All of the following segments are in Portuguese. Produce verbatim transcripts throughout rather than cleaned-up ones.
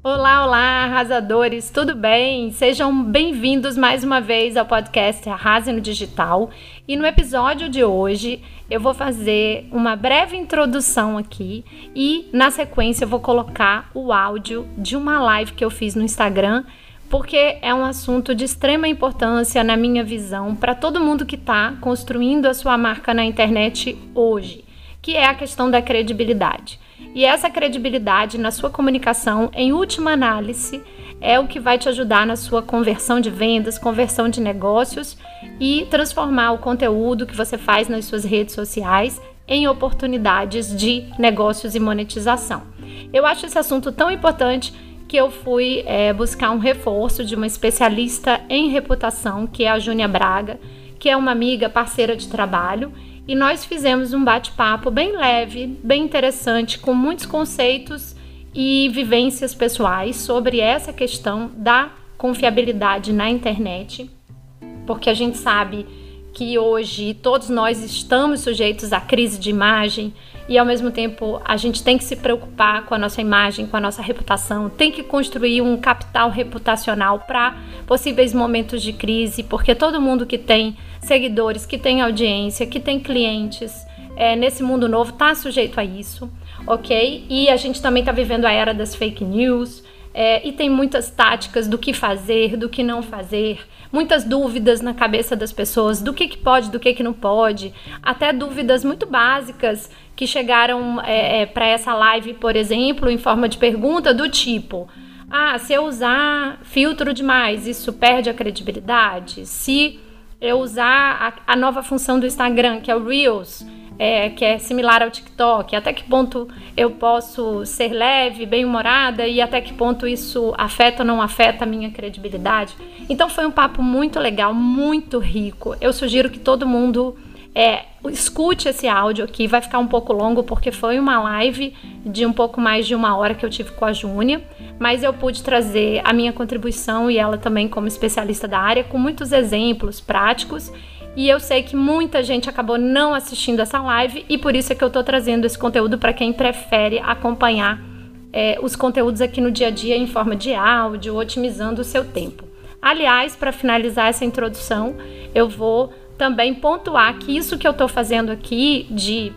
Olá, olá, arrasadores, tudo bem? Sejam bem-vindos mais uma vez ao podcast Arrase no Digital. E no episódio de hoje eu vou fazer uma breve introdução aqui e na sequência eu vou colocar o áudio de uma live que eu fiz no Instagram, porque é um assunto de extrema importância na minha visão para todo mundo que está construindo a sua marca na internet hoje, que é a questão da credibilidade. E essa credibilidade na sua comunicação, em última análise, é o que vai te ajudar na sua conversão de vendas, conversão de negócios e transformar o conteúdo que você faz nas suas redes sociais em oportunidades de negócios e monetização. Eu acho esse assunto tão importante que eu fui é, buscar um reforço de uma especialista em reputação, que é a Júnia Braga, que é uma amiga, parceira de trabalho, e nós fizemos um bate-papo bem leve, bem interessante, com muitos conceitos e vivências pessoais sobre essa questão da confiabilidade na internet, porque a gente sabe que hoje todos nós estamos sujeitos à crise de imagem e ao mesmo tempo a gente tem que se preocupar com a nossa imagem, com a nossa reputação, tem que construir um capital reputacional para possíveis momentos de crise, porque todo mundo que tem seguidores, que tem audiência, que tem clientes é, nesse mundo novo está sujeito a isso, ok? E a gente também está vivendo a era das fake news é, e tem muitas táticas do que fazer, do que não fazer, muitas dúvidas na cabeça das pessoas do que, que pode, do que, que não pode, até dúvidas muito básicas que chegaram é, é, para essa live, por exemplo, em forma de pergunta do tipo: ah, se eu usar filtro demais, isso perde a credibilidade? Se eu usar a, a nova função do Instagram, que é o Reels, é, que é similar ao TikTok, até que ponto eu posso ser leve, bem-humorada e até que ponto isso afeta ou não afeta a minha credibilidade? Então foi um papo muito legal, muito rico. Eu sugiro que todo mundo é, escute esse áudio aqui, vai ficar um pouco longo porque foi uma live de um pouco mais de uma hora que eu tive com a Júnia, mas eu pude trazer a minha contribuição e ela também como especialista da área, com muitos exemplos práticos. E eu sei que muita gente acabou não assistindo essa live e por isso é que eu estou trazendo esse conteúdo para quem prefere acompanhar é, os conteúdos aqui no dia a dia em forma de áudio, otimizando o seu tempo. Aliás, para finalizar essa introdução, eu vou também pontuar que isso que eu estou fazendo aqui de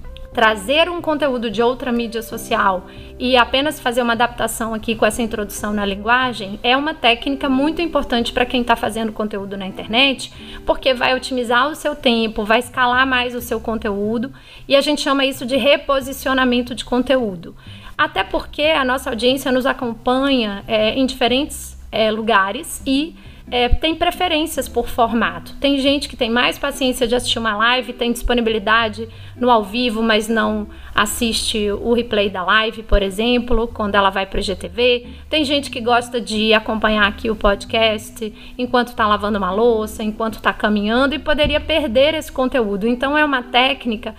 trazer um conteúdo de outra mídia social e apenas fazer uma adaptação aqui com essa introdução na linguagem é uma técnica muito importante para quem está fazendo conteúdo na internet, porque vai otimizar o seu tempo, vai escalar mais o seu conteúdo e a gente chama isso de reposicionamento de conteúdo. Até porque a nossa audiência nos acompanha é, em diferentes é, lugares e É, tem preferências por formato. Tem gente que tem mais paciência de assistir uma live, tem disponibilidade no ao vivo, mas não assiste o replay da live, por exemplo, quando ela vai para o I G T V. Tem gente que gosta de acompanhar aqui o podcast enquanto está lavando uma louça, enquanto está caminhando e poderia perder esse conteúdo. Então é uma técnica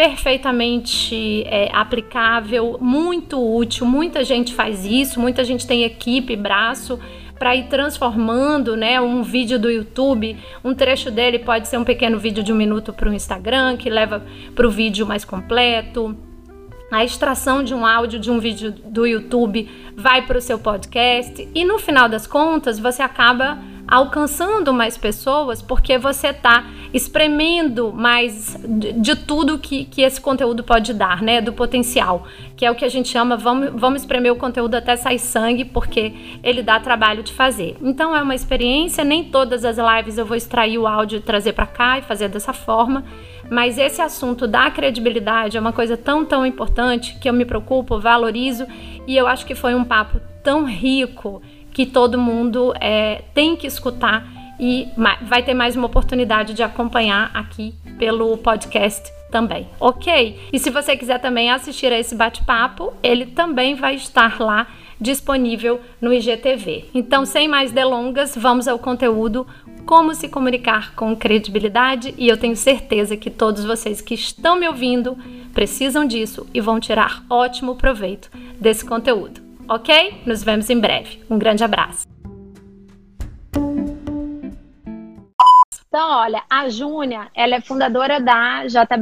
perfeitamente é, aplicável, muito útil. Muita gente faz isso, muita gente tem equipe, braço para ir transformando, né, um vídeo do YouTube, um trecho dele pode ser um pequeno vídeo de um minuto para o Instagram, que leva para o vídeo mais completo. A extração de um áudio de um vídeo do YouTube vai para o seu podcast e no final das contas você acaba alcançando mais pessoas porque você está espremendo mais de, de tudo que, que esse conteúdo pode dar, né? Do potencial, que é o que a gente chama, vamos, vamos espremer o conteúdo até sair sangue, porque ele dá trabalho de fazer. Então é uma experiência, nem todas as lives eu vou extrair o áudio e trazer para cá e fazer dessa forma, mas esse assunto da credibilidade é uma coisa tão, tão importante que eu me preocupo, valorizo e eu acho que foi um papo tão rico que todo mundo é, tem que escutar e vai ter mais uma oportunidade de acompanhar aqui pelo podcast também, ok? E se você quiser também assistir a esse bate-papo, ele também vai estar lá disponível no I G T V. Então, sem mais delongas, vamos ao conteúdo, como se comunicar com credibilidade, e eu tenho certeza que todos vocês que estão me ouvindo precisam disso e vão tirar ótimo proveito desse conteúdo. Ok? Nos vemos em breve. Um grande abraço. Então, olha, a Júnia, ela é fundadora da J B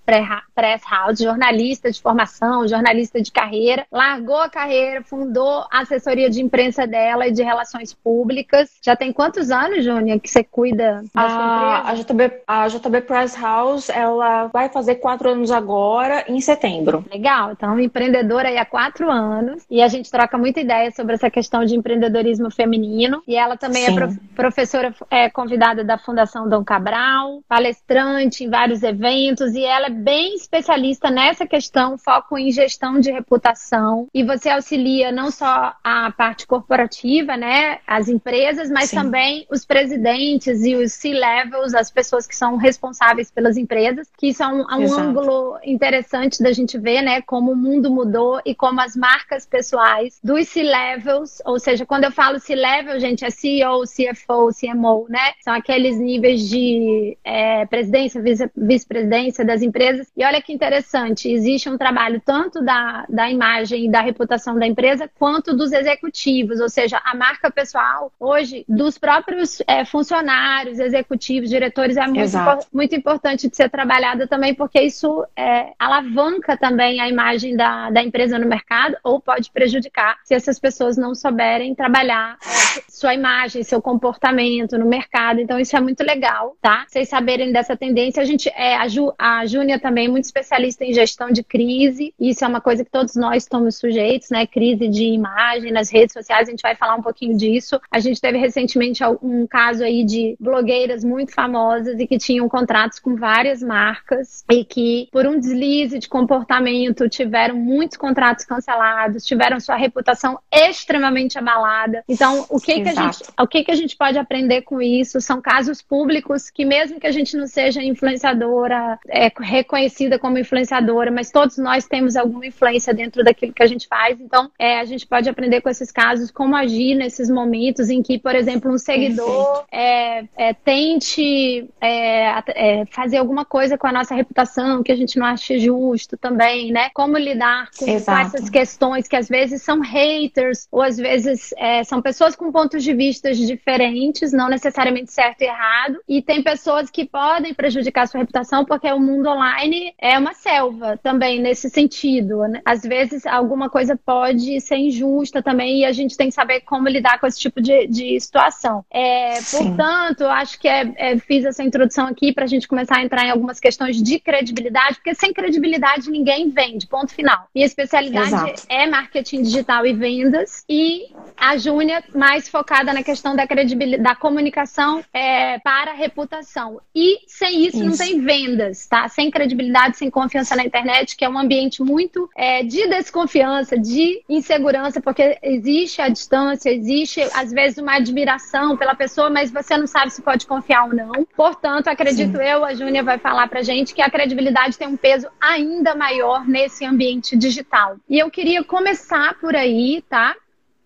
Press House, jornalista de formação, jornalista de carreira, largou a carreira, fundou a assessoria de imprensa dela e de relações públicas. Já tem quantos anos, Júnia, que você cuida da sua empresa? A J B, a J B Press House, ela vai fazer quatro anos agora, em setembro. Legal, então empreendedora aí há quatro anos, e a gente troca muita ideia sobre essa questão de empreendedorismo feminino, e ela também Sim. é prof, professora é, convidada da Fundação Dom Cabral, palestrante em vários eventos, e ela é bem especialista nessa questão, foco em gestão de reputação, e você auxilia não só a parte corporativa, né, as empresas, mas Sim. também os presidentes e os C-levels, as pessoas que são responsáveis pelas empresas, que isso é um, é um ângulo interessante da gente ver, né, como o mundo mudou e como as marcas pessoais dos C-levels, ou seja, quando eu falo C-level, gente, é C E O, C F O, C M O, né, são aqueles níveis de é, presidência, vice, vice-presidência das empresas, e olha que interessante, existe um trabalho tanto da, da imagem e da reputação da empresa, quanto dos executivos, ou seja, a marca pessoal, hoje, dos próprios é, funcionários, executivos, diretores, é muito, muito importante de ser trabalhada também, porque isso é, alavanca também a imagem da, da empresa no mercado, ou pode prejudicar se essas pessoas não souberem trabalhar é, sua imagem, seu comportamento no mercado. Então isso é muito legal, tá? Vocês saberem dessa tendência. A gente, é, a, Ju, a Júnia também é muito especialista em gestão de crise, isso é uma coisa que todos nós estamos sujeitos, né? Crise de imagem nas redes sociais, a gente vai falar um pouquinho disso. A gente teve recentemente um caso aí de blogueiras muito famosas e que tinham contratos com várias marcas e que, por um deslize de comportamento, tiveram muitos contratos cancelados, tiveram sua reputação extremamente abalada. Então, o que, que, a, gente, o que, que a gente pode aprender com isso? São casos públicos que, mesmo que a gente não seja influenciadora, é, reconhecida como influenciadora, mas todos nós temos alguma influência dentro daquilo que a gente faz. Então, é, a gente pode aprender com esses casos como agir nesses momentos em que, por exemplo, um seguidor é, é, tente é, é, fazer alguma coisa com a nossa reputação que a gente não acha justo também, né? Como lidar com, com essas questões que às vezes são haters ou às vezes é, são pessoas com pontos de vista diferentes, não necessariamente certo e errado, e tem pessoas que podem prejudicar a sua reputação porque o mundo online é uma selva também nesse sentido, né? Às vezes alguma coisa pode ser injusta também e a gente tem que saber como lidar com esse tipo de, de situação. É, portanto, eu acho que é, é, fiz essa introdução aqui para a gente começar a entrar em algumas questões de credibilidade, porque sem credibilidade ninguém vende, ponto final. Minha especialidade Exato. é marketing digital e vendas, e a Júnia mais focada na questão da credibilidade, da comunicação é, para a reputação. E sem isso, isso não tem vendas, tá? Sem credibilidade, sem confiança na internet, que é um ambiente muito é, de desconfiança, de insegurança, porque existe a distância, existe às vezes uma admiração pela pessoa, mas você não sabe se pode confiar ou não. Portanto, acredito Sim. eu, a Júnia vai falar pra gente que a credibilidade tem um peso ainda maior nesse ambiente digital. E eu queria começar por aí, tá?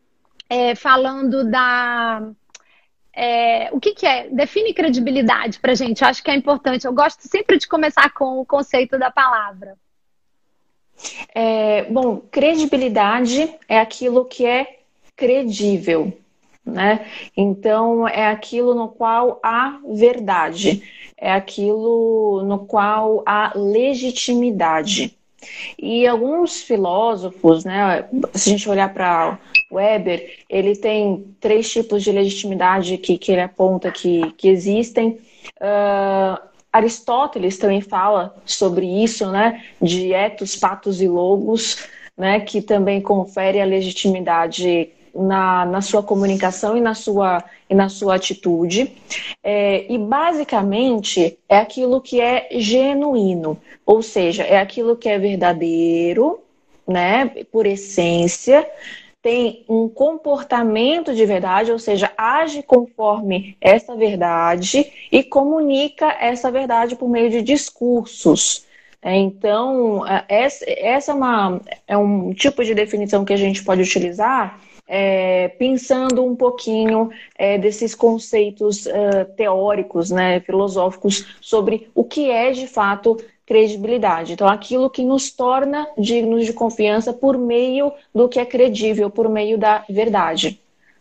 É, falando da... É, o que, que é? Define credibilidade pra gente. Eu acho que é importante. Eu gosto sempre de começar com o conceito da palavra. É, bom, credibilidade é aquilo que é credível, né? Então, é aquilo no qual há verdade, é aquilo no qual há legitimidade. E alguns filósofos, né, se a gente olhar para Weber, ele tem três tipos de legitimidade que, que ele aponta que, que existem. Uh, Aristóteles também fala sobre isso, né, de ethos, pathos e logos, né, que também confere a legitimidade na, na sua comunicação e na sua, e na sua atitude. É, e basicamente é aquilo que é genuíno, ou seja, é aquilo que é verdadeiro, né, por essência, tem um comportamento de verdade, ou seja, age conforme essa verdade e comunica essa verdade por meio de discursos. Então, essa é, uma, é um tipo de definição que a gente pode utilizar é, pensando um pouquinho é, desses conceitos uh, teóricos, né, filosóficos, sobre o que é, de fato, credibilidade. Então, aquilo que nos torna dignos de confiança por meio do que é credível, por meio da verdade.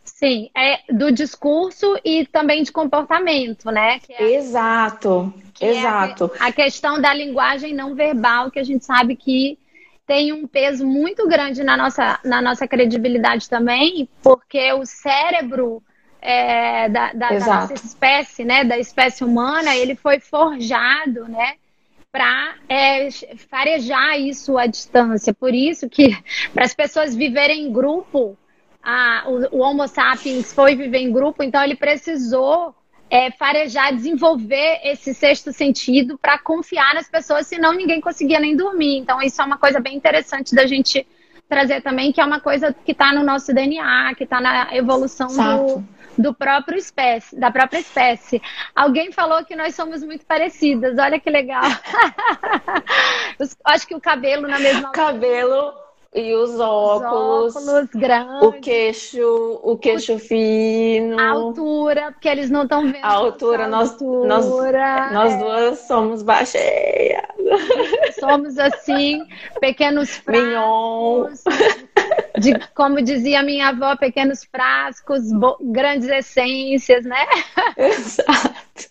Sim, é do discurso e também de comportamento, né? Que é, Exato, que exato. é a, a questão da linguagem não verbal, que a gente sabe que tem um peso muito grande na nossa, na nossa credibilidade também, porque o cérebro é, da, da, da nossa espécie, né, da espécie humana, ele foi forjado, né, para é, farejar isso à distância. Por isso que, para as pessoas viverem em grupo, a, o, o Homo sapiens foi viver em grupo, então ele precisou é, farejar, desenvolver esse sexto sentido para confiar nas pessoas, senão ninguém conseguia nem dormir. Então isso é uma coisa bem interessante da gente trazer também, que é uma coisa que está no nosso D N A, que está na evolução do, do próprio espécie, da própria espécie. Alguém falou que nós somos muito parecidas, olha que legal. Acho que o cabelo na mesma... Cabelo... E os óculos, os óculos grandes, o queixo, o queixo o... fino. A altura, porque eles não estão vendo. A altura, nós, altura, nós, nós é... duas somos baixeias. Somos assim, pequenos frascos. De, como dizia minha avó, pequenos frascos, grandes essências, né? Exato.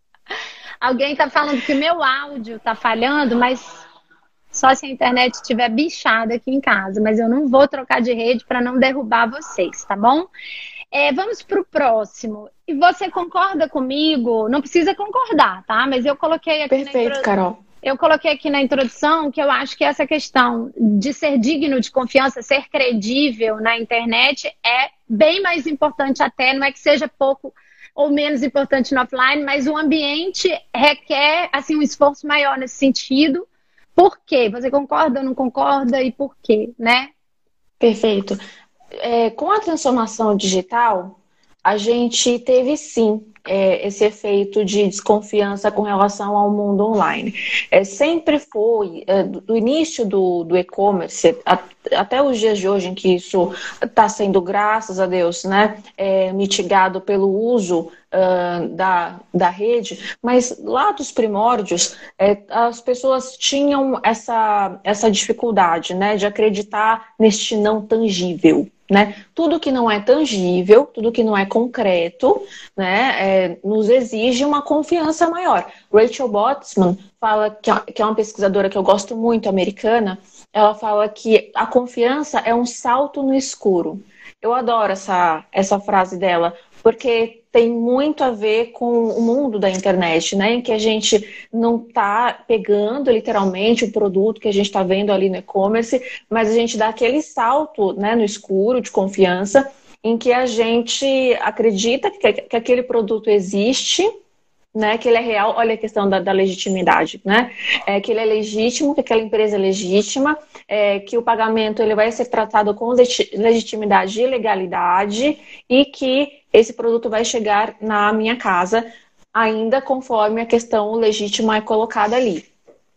Alguém está falando que meu áudio está falhando, mas... Só se a internet estiver bichada aqui em casa, mas eu não vou trocar de rede para não derrubar vocês, tá bom? É, vamos para o próximo. E você concorda comigo? Não precisa concordar, tá? Mas eu coloquei aqui Perfeito, na introdu... Carol. Eu coloquei aqui na introdução que eu acho que essa questão de ser digno de confiança, ser credível na internet é bem mais importante até, não é que seja pouco ou menos importante no offline, mas o ambiente requer assim, um esforço maior nesse sentido. Por quê? Você concorda ou não concorda e por quê, né? Perfeito. É, com a transformação digital, a gente teve sim é, esse efeito de desconfiança com relação ao mundo online. É, sempre foi, é, do início do, do e-commerce, a, até os dias de hoje em que isso está sendo, graças a Deus, né, é, mitigado pelo uso uh, da, da rede, mas lá dos primórdios, é, as pessoas tinham essa, essa dificuldade, né, de acreditar neste não tangível. Né? Tudo que não é tangível, tudo que não é concreto, né, é, nos exige uma confiança maior. Rachel Botsman fala, que é uma pesquisadora que eu gosto muito, americana, ela fala que a confiança é um salto no escuro. Eu adoro essa, essa frase dela, porque tem muito a ver com o mundo da internet, né? Em que a gente não está pegando literalmente o produto que a gente está vendo ali no e-commerce, mas a gente dá aquele salto, né, no escuro de confiança, em que a gente acredita que, que aquele produto existe, né, que ele é real. Olha a questão da, da legitimidade, né? É, que ele é legítimo, que aquela empresa é legítima, é, que o pagamento ele vai ser tratado com legitimidade e legalidade e que esse produto vai chegar na minha casa ainda conforme a questão legítima é colocada ali.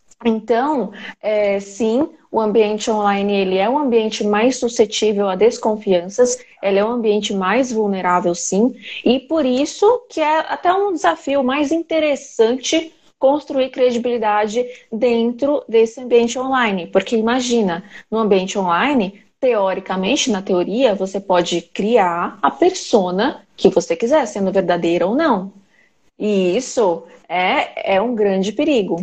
Então, é, sim, o ambiente online ele é um ambiente mais suscetível a desconfianças, ele é um ambiente mais vulnerável, sim, e por isso que é até um desafio mais interessante construir credibilidade dentro desse ambiente online. Porque imagina, no ambiente online, teoricamente, na teoria, você pode criar a persona que você quiser, sendo verdadeira ou não. E isso é, é um grande perigo.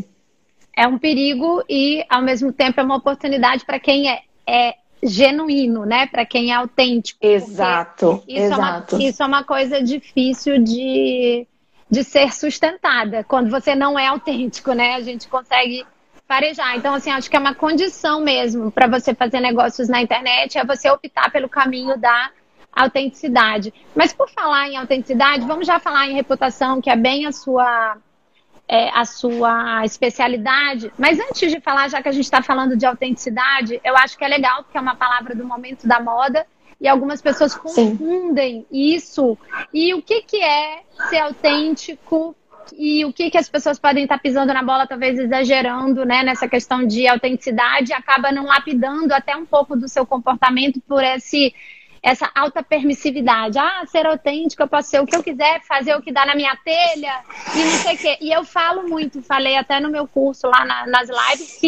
É um perigo e, ao mesmo tempo, é uma oportunidade para quem é, é genuíno, né? Para quem é autêntico. Exato, isso exato. É uma, isso é uma coisa difícil de, de ser sustentada. Quando você não é autêntico, né? A gente consegue farejar. Então, assim, acho que é uma condição mesmo para você fazer negócios na internet, é você optar pelo caminho da autenticidade. Mas por falar em autenticidade, vamos já falar em reputação, que é bem a sua... É, a sua especialidade. Mas antes de falar, já que a gente está falando de autenticidade, eu acho que é legal, porque é uma palavra do momento da moda, e algumas pessoas confundem Sim. isso. E o que, que é ser autêntico, e o que, que as pessoas podem estar pisando na bola, talvez exagerando, né, nessa questão de autenticidade, e acaba não lapidando até um pouco do seu comportamento por esse... essa alta permissividade. Ah, ser autêntico, eu posso ser o que eu quiser, fazer o que dá na minha telha e não sei o quê. E eu falo muito, falei até no meu curso lá na, nas lives, que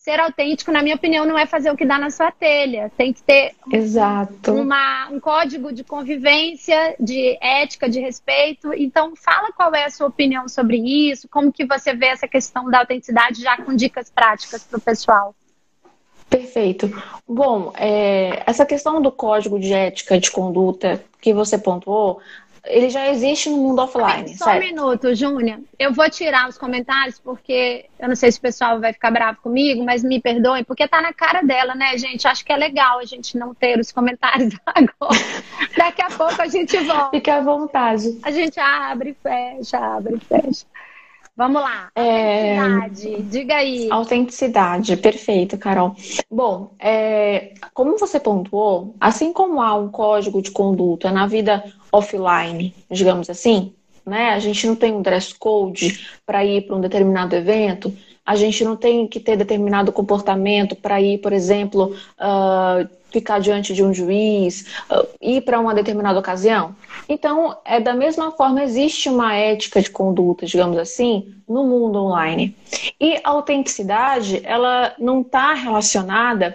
ser autêntico, na minha opinião, não é fazer o que dá na sua telha. Tem que ter Exato. Uma, um código de convivência, de ética, de respeito. Então, fala qual é a sua opinião sobre isso, como que você vê essa questão da autenticidade, já com dicas práticas para o pessoal. Perfeito. Bom, é, essa questão do código de ética de conduta que você pontuou, ele já existe no mundo offline, Só certo? um minuto, Júnia. Eu vou tirar os comentários, porque eu não sei se o pessoal vai ficar bravo comigo, mas me perdoem, porque tá na cara dela, né, gente? Acho que é legal a gente não ter os comentários agora. Daqui a pouco a gente volta. Fique à vontade. A gente abre e fecha, abre e fecha. Vamos lá. É... Autenticidade, diga aí. Autenticidade, perfeito, Carol. Bom, é... como você pontuou, assim como há um código de conduta na vida offline, digamos assim, né? A gente não tem um dress code para ir para um determinado evento, a gente não tem que ter determinado comportamento para ir, por exemplo, uh, ficar diante de um juiz, uh, ir para uma determinada ocasião. Então, é da mesma forma, existe uma ética de conduta, digamos assim, no mundo online. E a autenticidade, ela não está relacionada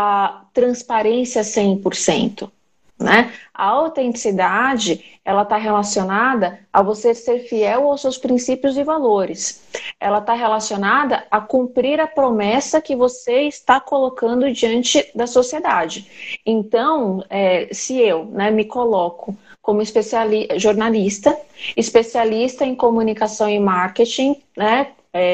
à transparência cem por cento. Né? A autenticidade, ela está relacionada a você ser fiel aos seus princípios e valores. Ela está relacionada a cumprir a promessa que você está colocando diante da sociedade. Então, é, se eu, né, me coloco como especialista, jornalista, especialista em comunicação e marketing, né,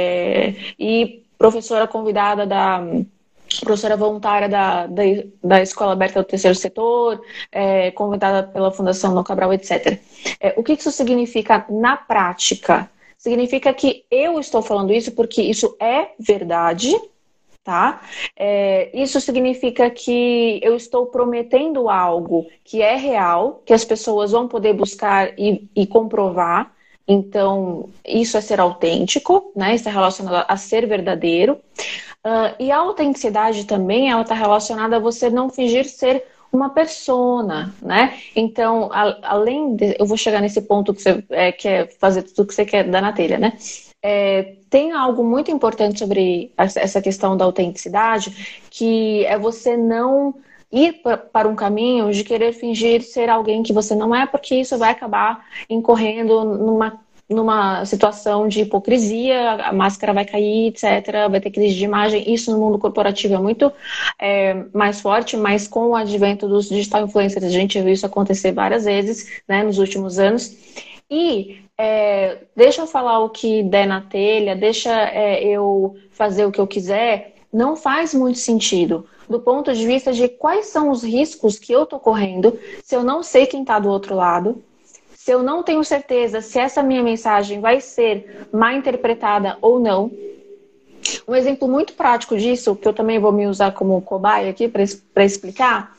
é, e professora convidada da... professora voluntária da, da, da Escola Aberta do Terceiro Setor, é, convidada pela Fundação Dom Cabral, etcétera. É, o que isso significa na prática? Significa que eu estou falando isso porque isso é verdade, tá? É, isso significa que eu estou prometendo algo que é real, que as pessoas vão poder buscar e, e comprovar. Então, isso é ser autêntico, né? Isso é relacionado a ser verdadeiro. Uh, e a autenticidade também, ela está relacionada a você não fingir ser uma persona, né? Então, a, além de... Eu vou chegar nesse ponto que você é, quer fazer tudo que você quer dar na telha, né? É, tem algo muito importante sobre essa questão da autenticidade, que é você não ir para um caminho de querer fingir ser alguém que você não é, porque isso vai acabar incorrendo numa numa situação de hipocrisia, a máscara vai cair, etcétera, vai ter crise de imagem. Isso no mundo corporativo é muito é, mais forte, mas com o advento dos digital influencers, a gente viu isso acontecer várias vezes, né, nos últimos anos. E é, deixa eu falar o que der na telha, deixa é, eu fazer o que eu quiser, não faz muito sentido do ponto de vista de quais são os riscos que eu tô correndo se eu não sei quem tá do outro lado, se eu não tenho certeza se essa minha mensagem vai ser mal interpretada ou não. Um exemplo muito prático disso, que eu também vou me usar como cobaia aqui para explicar,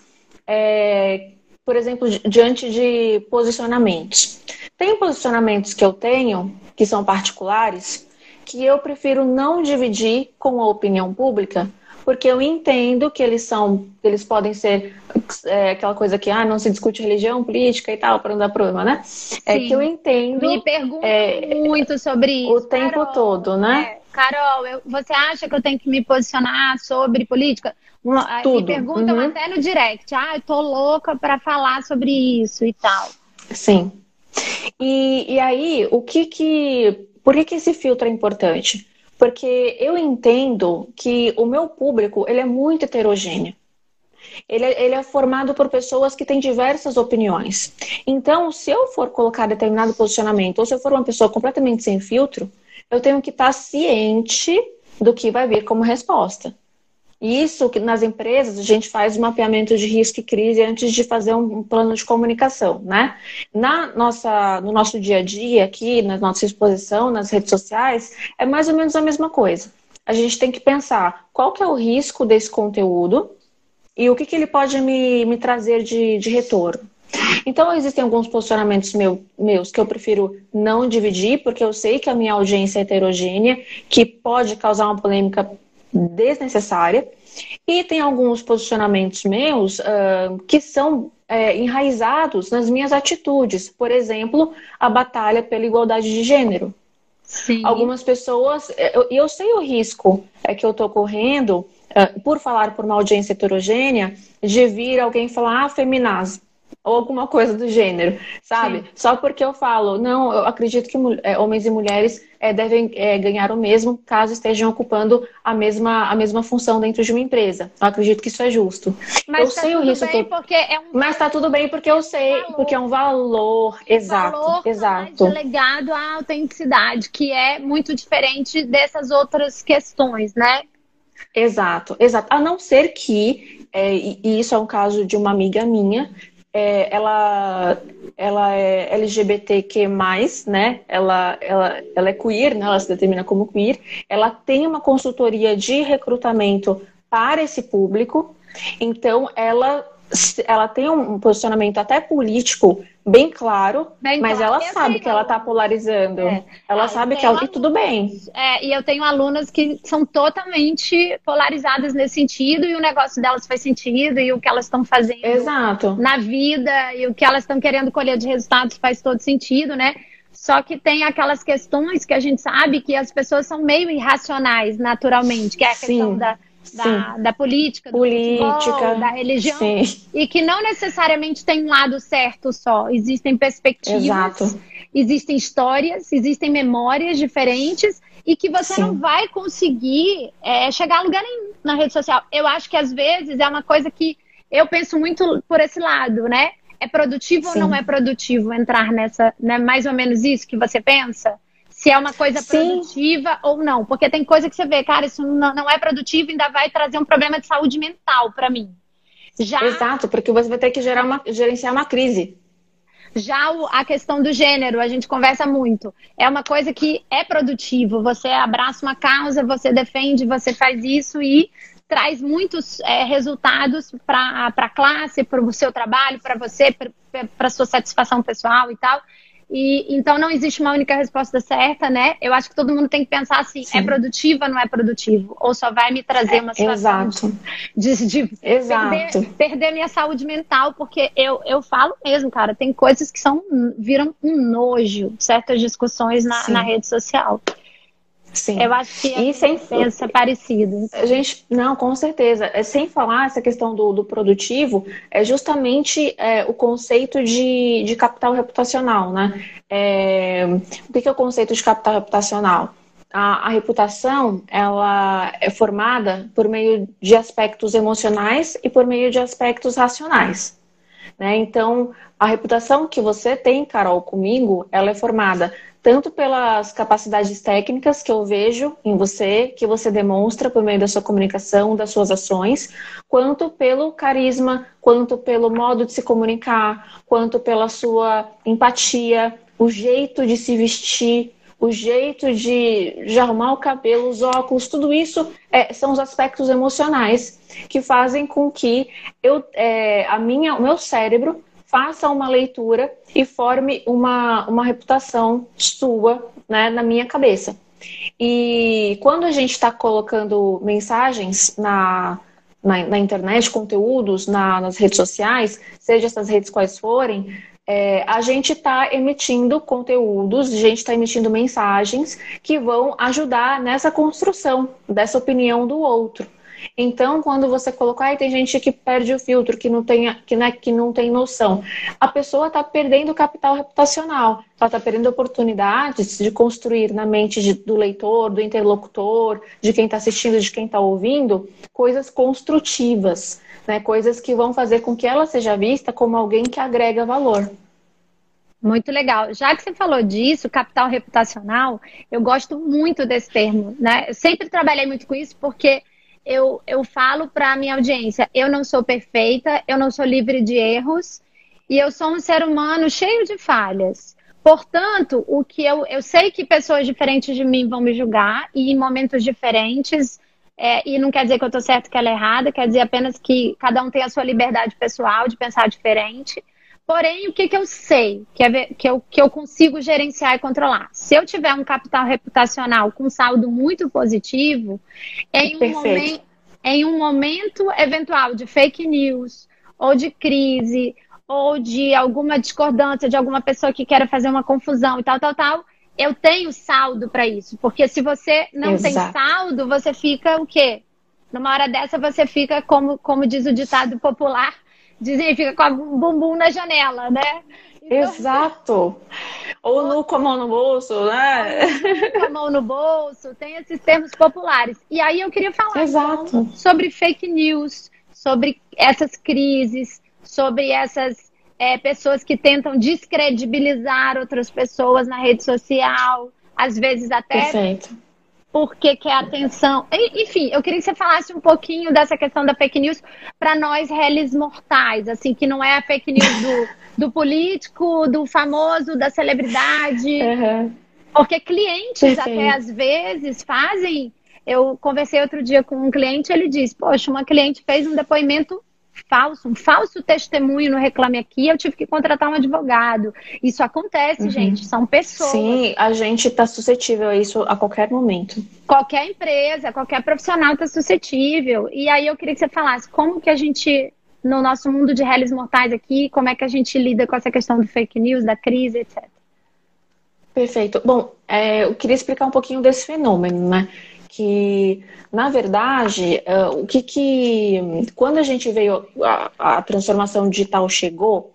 é, por exemplo, diante de posicionamentos. Tem posicionamentos que eu tenho, que são particulares, que eu prefiro não dividir com a opinião pública, porque eu entendo que eles são, que eles podem ser é, aquela coisa que ah, não se discute religião, política e tal, para não dar problema, né? Sim. É que eu entendo. Me perguntam é, muito sobre isso. O tempo Carol, todo, né? É, Carol, eu, você acha que eu tenho que me posicionar sobre política? Uma, Tudo. Me perguntam uhum. até no direct. Ah, eu tô louca para falar sobre isso e tal. Sim. E, e aí, o que que... Por que que esse filtro é importante? Porque eu entendo que o meu público, ele é muito heterogêneo. Ele é, ele é formado por pessoas que têm diversas opiniões. Então, se eu for colocar determinado posicionamento, ou se eu for uma pessoa completamente sem filtro, eu tenho que estar ciente do que vai vir como resposta. E isso, que nas empresas, a gente faz um mapeamento de risco e crise antes de fazer um plano de comunicação, né? Na nossa, no nosso dia a dia aqui, na nossa exposição, nas redes sociais, é mais ou menos a mesma coisa. A gente tem que pensar qual que é o risco desse conteúdo e o que, que ele pode me, me trazer de, de retorno. Então, existem alguns posicionamentos meu, meus que eu prefiro não dividir, porque eu sei que a minha audiência é heterogênea, que pode causar uma polêmica desnecessária, e tem alguns posicionamentos meus uh, que são é, enraizados nas minhas atitudes. Por exemplo, a batalha pela igualdade de gênero. Sim. Algumas pessoas, e eu, eu sei o risco é que eu estou correndo, uh, por falar por uma audiência heterogênea, de vir alguém falar, ah, feminazi, ou alguma coisa do gênero, sabe? Sim. Só porque eu falo, não, eu acredito que é, homens e mulheres é, devem é, ganhar o mesmo caso estejam ocupando a mesma, a mesma função dentro de uma empresa. Eu acredito que isso é justo. Mas eu tá sei tudo o risco bem que eu... porque é um Mas tá tudo bem porque eu sei, valor. porque é um valor, exato, valor exato. Mais ligado à autenticidade, que é muito diferente dessas outras questões, né? Exato, exato. A não ser que, é, e isso é um caso de uma amiga minha, é, ela, ela é L G B T Q mais, né? Ela, ela, ela é queer, né? Ela se determina como queer. Ela tem uma consultoria de recrutamento para esse público. Então, ela, ela tem um posicionamento até político bem claro, bem mas claro. Ela eu sabe que ela está polarizando. É. Ela ah, sabe que ela... E tudo bem. É, e eu tenho alunas que são totalmente polarizadas nesse sentido, e o negócio delas faz sentido, e o que elas estão fazendo Exato. na vida, e o que elas estão querendo colher de resultados faz todo sentido, né? Só que tem aquelas questões que a gente sabe que as pessoas são meio irracionais, naturalmente, que é a Sim. questão da... Da, da política, do política, futebol, da religião, sim. E que não necessariamente tem um lado certo só. Existem perspectivas, Exato. Existem histórias, existem memórias diferentes e que você sim. Não vai conseguir é, chegar a lugar nenhum na rede social. Eu acho que às vezes é uma coisa que eu penso muito por esse lado, né? É produtivo sim. Ou não é produtivo entrar nessa, né? Mais ou menos isso que você pensa? Se é uma coisa Sim. Produtiva ou não. Porque tem coisa que você vê, cara, isso não, não é produtivo e ainda vai trazer um problema de saúde mental para mim. Já... Exato, porque você vai ter que gerar uma, gerenciar uma crise. Já o, a questão do gênero, a gente conversa muito. É uma coisa que é produtivo. Você abraça uma causa, você defende, você faz isso e traz muitos é, resultados para a classe, para o seu trabalho, para você, para a sua satisfação pessoal e tal. E, então não existe uma única resposta certa, né? Eu acho que todo mundo tem que pensar assim, Sim. É produtiva ou não é produtivo? Ou só vai me trazer uma situação Exato. de, de, de Exato. Perder, perder minha saúde mental, porque eu, eu falo mesmo, cara, tem coisas que são, viram um nojo, certas discussões na, na rede social. Sim. Eu acho que a e gente sem... pensa parecido. A gente, não, com certeza. É, sem falar essa questão do, do produtivo, é justamente é, o conceito de, de capital reputacional, né? É, o que é o conceito de capital reputacional? A, a reputação, ela é formada por meio de aspectos emocionais e por meio de aspectos racionais. Né? Então, a reputação que você tem, Carol, comigo, ela é formada tanto pelas capacidades técnicas que eu vejo em você, que você demonstra por meio da sua comunicação, das suas ações, quanto pelo carisma, quanto pelo modo de se comunicar, quanto pela sua empatia, o jeito de se vestir, o jeito de, de arrumar o cabelo, os óculos, tudo isso é, são os aspectos emocionais que fazem com que eu, é, a minha, o meu cérebro faça uma leitura e forme uma, uma reputação sua, né, na minha cabeça. E quando a gente está colocando mensagens na, na, na internet, conteúdos na, nas redes sociais, seja essas redes quais forem, é, a gente está emitindo conteúdos, a gente está emitindo mensagens que vão ajudar nessa construção dessa opinião do outro. Então, quando você colocar, ah, tem gente que perde o filtro, que não tem, que, né, que não tem noção. A pessoa está perdendo o capital reputacional. Ela está perdendo oportunidades de construir na mente de, do leitor, do interlocutor, de quem está assistindo, de quem está ouvindo, coisas construtivas, né, coisas que vão fazer com que ela seja vista como alguém que agrega valor. Muito legal. Já que você falou disso, capital reputacional, eu gosto muito desse termo, né? Eu sempre trabalhei muito com isso porque Eu, eu falo para a minha audiência, eu não sou perfeita, eu não sou livre de erros e eu sou um ser humano cheio de falhas. Portanto, o que eu, eu sei que pessoas diferentes de mim vão me julgar e em momentos diferentes, é, e não quer dizer que eu estou certa que ela é errada, quer dizer apenas que cada um tem a sua liberdade pessoal de pensar diferente. Porém, o que, que eu sei, que, é, que, eu, que eu consigo gerenciar e controlar? Se eu tiver um capital reputacional com saldo muito positivo, em um, momento, em um momento eventual de fake news, ou de crise, ou de alguma discordância de alguma pessoa que queira fazer uma confusão e tal, tal, tal, eu tenho saldo para isso. Porque se você não Exato. tem saldo, você fica o quê? Numa hora dessa você fica, como, como diz o ditado popular, dizem, fica com o bumbum na janela, né? Então, exato. Ou nu com a mão no bolso, né? Ou com a mão no bolso, tem esses termos populares. E aí eu queria falar então, sobre fake news, sobre essas crises, sobre essas é, pessoas que tentam descredibilizar outras pessoas na rede social, às vezes até... Perfeito. Porque quer atenção. Enfim, eu queria que você falasse um pouquinho dessa questão da fake news para nós réis mortais, assim, que não é a fake news do, do político, do famoso, da celebridade. Uhum. Porque clientes Perfeito. Até às vezes fazem. Eu conversei outro dia com um cliente, ele disse, poxa, uma cliente fez um depoimento falso, um falso testemunho no Reclame Aqui, eu tive que contratar um advogado. Isso acontece, uhum. gente, são pessoas. Sim, a gente está suscetível a isso a qualquer momento. Qualquer empresa, qualquer profissional está suscetível. E aí eu queria que você falasse como que a gente, no nosso mundo de réis mortais aqui, como é que a gente lida com essa questão do fake news, da crise, etcétera. Perfeito. Bom, é, eu queria explicar um pouquinho desse fenômeno, né? Que, na verdade, uh, o que que... Quando a gente veio... A, a transformação digital chegou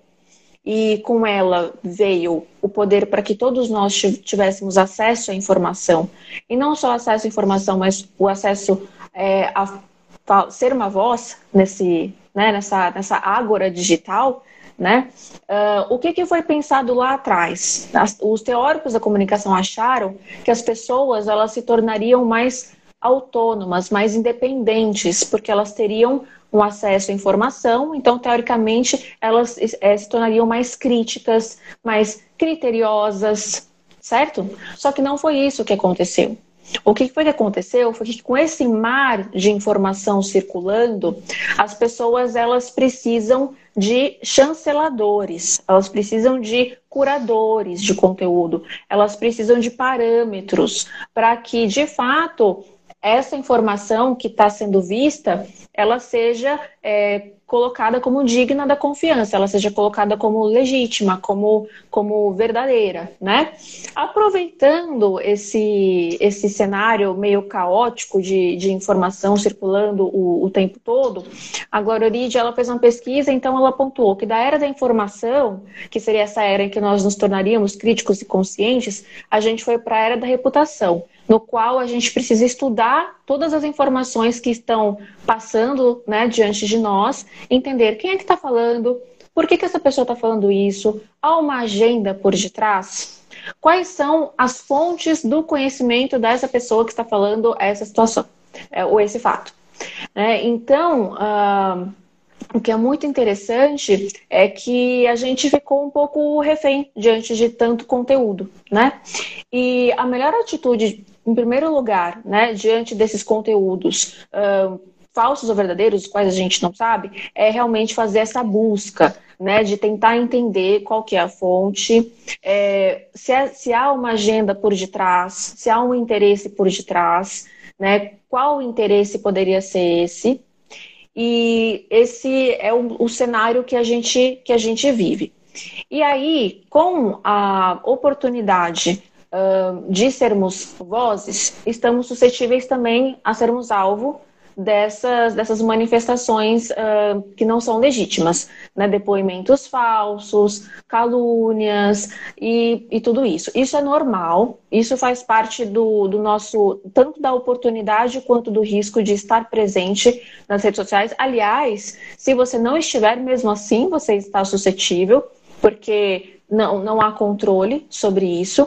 e com ela veio o poder para que todos nós tivéssemos acesso à informação. E não só acesso à informação, mas o acesso é, a, a ser uma voz nesse, né, nessa, nessa ágora digital, né? Uh, o que, que foi pensado lá atrás? As, os teóricos da comunicação acharam que as pessoas elas se tornariam mais autônomas, mais independentes, porque elas teriam um acesso à informação, então, teoricamente, elas é, se tornariam mais críticas, mais criteriosas, certo? Só que não foi isso que aconteceu. O que foi que aconteceu foi que com esse mar de informação circulando, as pessoas elas precisam de chanceladores, elas precisam de curadores de conteúdo, elas precisam de parâmetros para que, de fato, essa informação que está sendo vista, ela seja é, colocada como digna da confiança, ela seja colocada como legítima, como, como verdadeira, né? Aproveitando esse, esse cenário meio caótico de, de informação circulando o, o tempo todo, a Glória ela fez uma pesquisa, então ela pontuou que da era da informação, que seria essa era em que nós nos tornaríamos críticos e conscientes, a gente foi para a era da reputação, no qual a gente precisa estudar todas as informações que estão passando, né, diante de nós, entender quem é que está falando, por que, que essa pessoa está falando isso, há uma agenda por detrás, quais são as fontes do conhecimento dessa pessoa que está falando essa situação, é, ou esse fato. É, então, uh, o que é muito interessante é que a gente ficou um pouco refém diante de tanto conteúdo, né? E a melhor atitude, em primeiro lugar, né, diante desses conteúdos uh, falsos ou verdadeiros, os quais a gente não sabe, é realmente fazer essa busca, né, de tentar entender qual que é a fonte, é, se, é, se há uma agenda por detrás, se há um interesse por detrás, né, qual o interesse poderia ser esse. E esse é o, o cenário que a, gente, que a gente vive. E aí, com a oportunidade uh, de sermos vozes, estamos suscetíveis também a sermos alvo dessas, dessas manifestações uh, que não são legítimas, né? Depoimentos falsos, calúnias e, e tudo isso. Isso é normal, isso faz parte do, do nosso, tanto da oportunidade quanto do risco de estar presente nas redes sociais. Aliás, se você não estiver, mesmo assim, você está suscetível, porque não, não há controle sobre isso.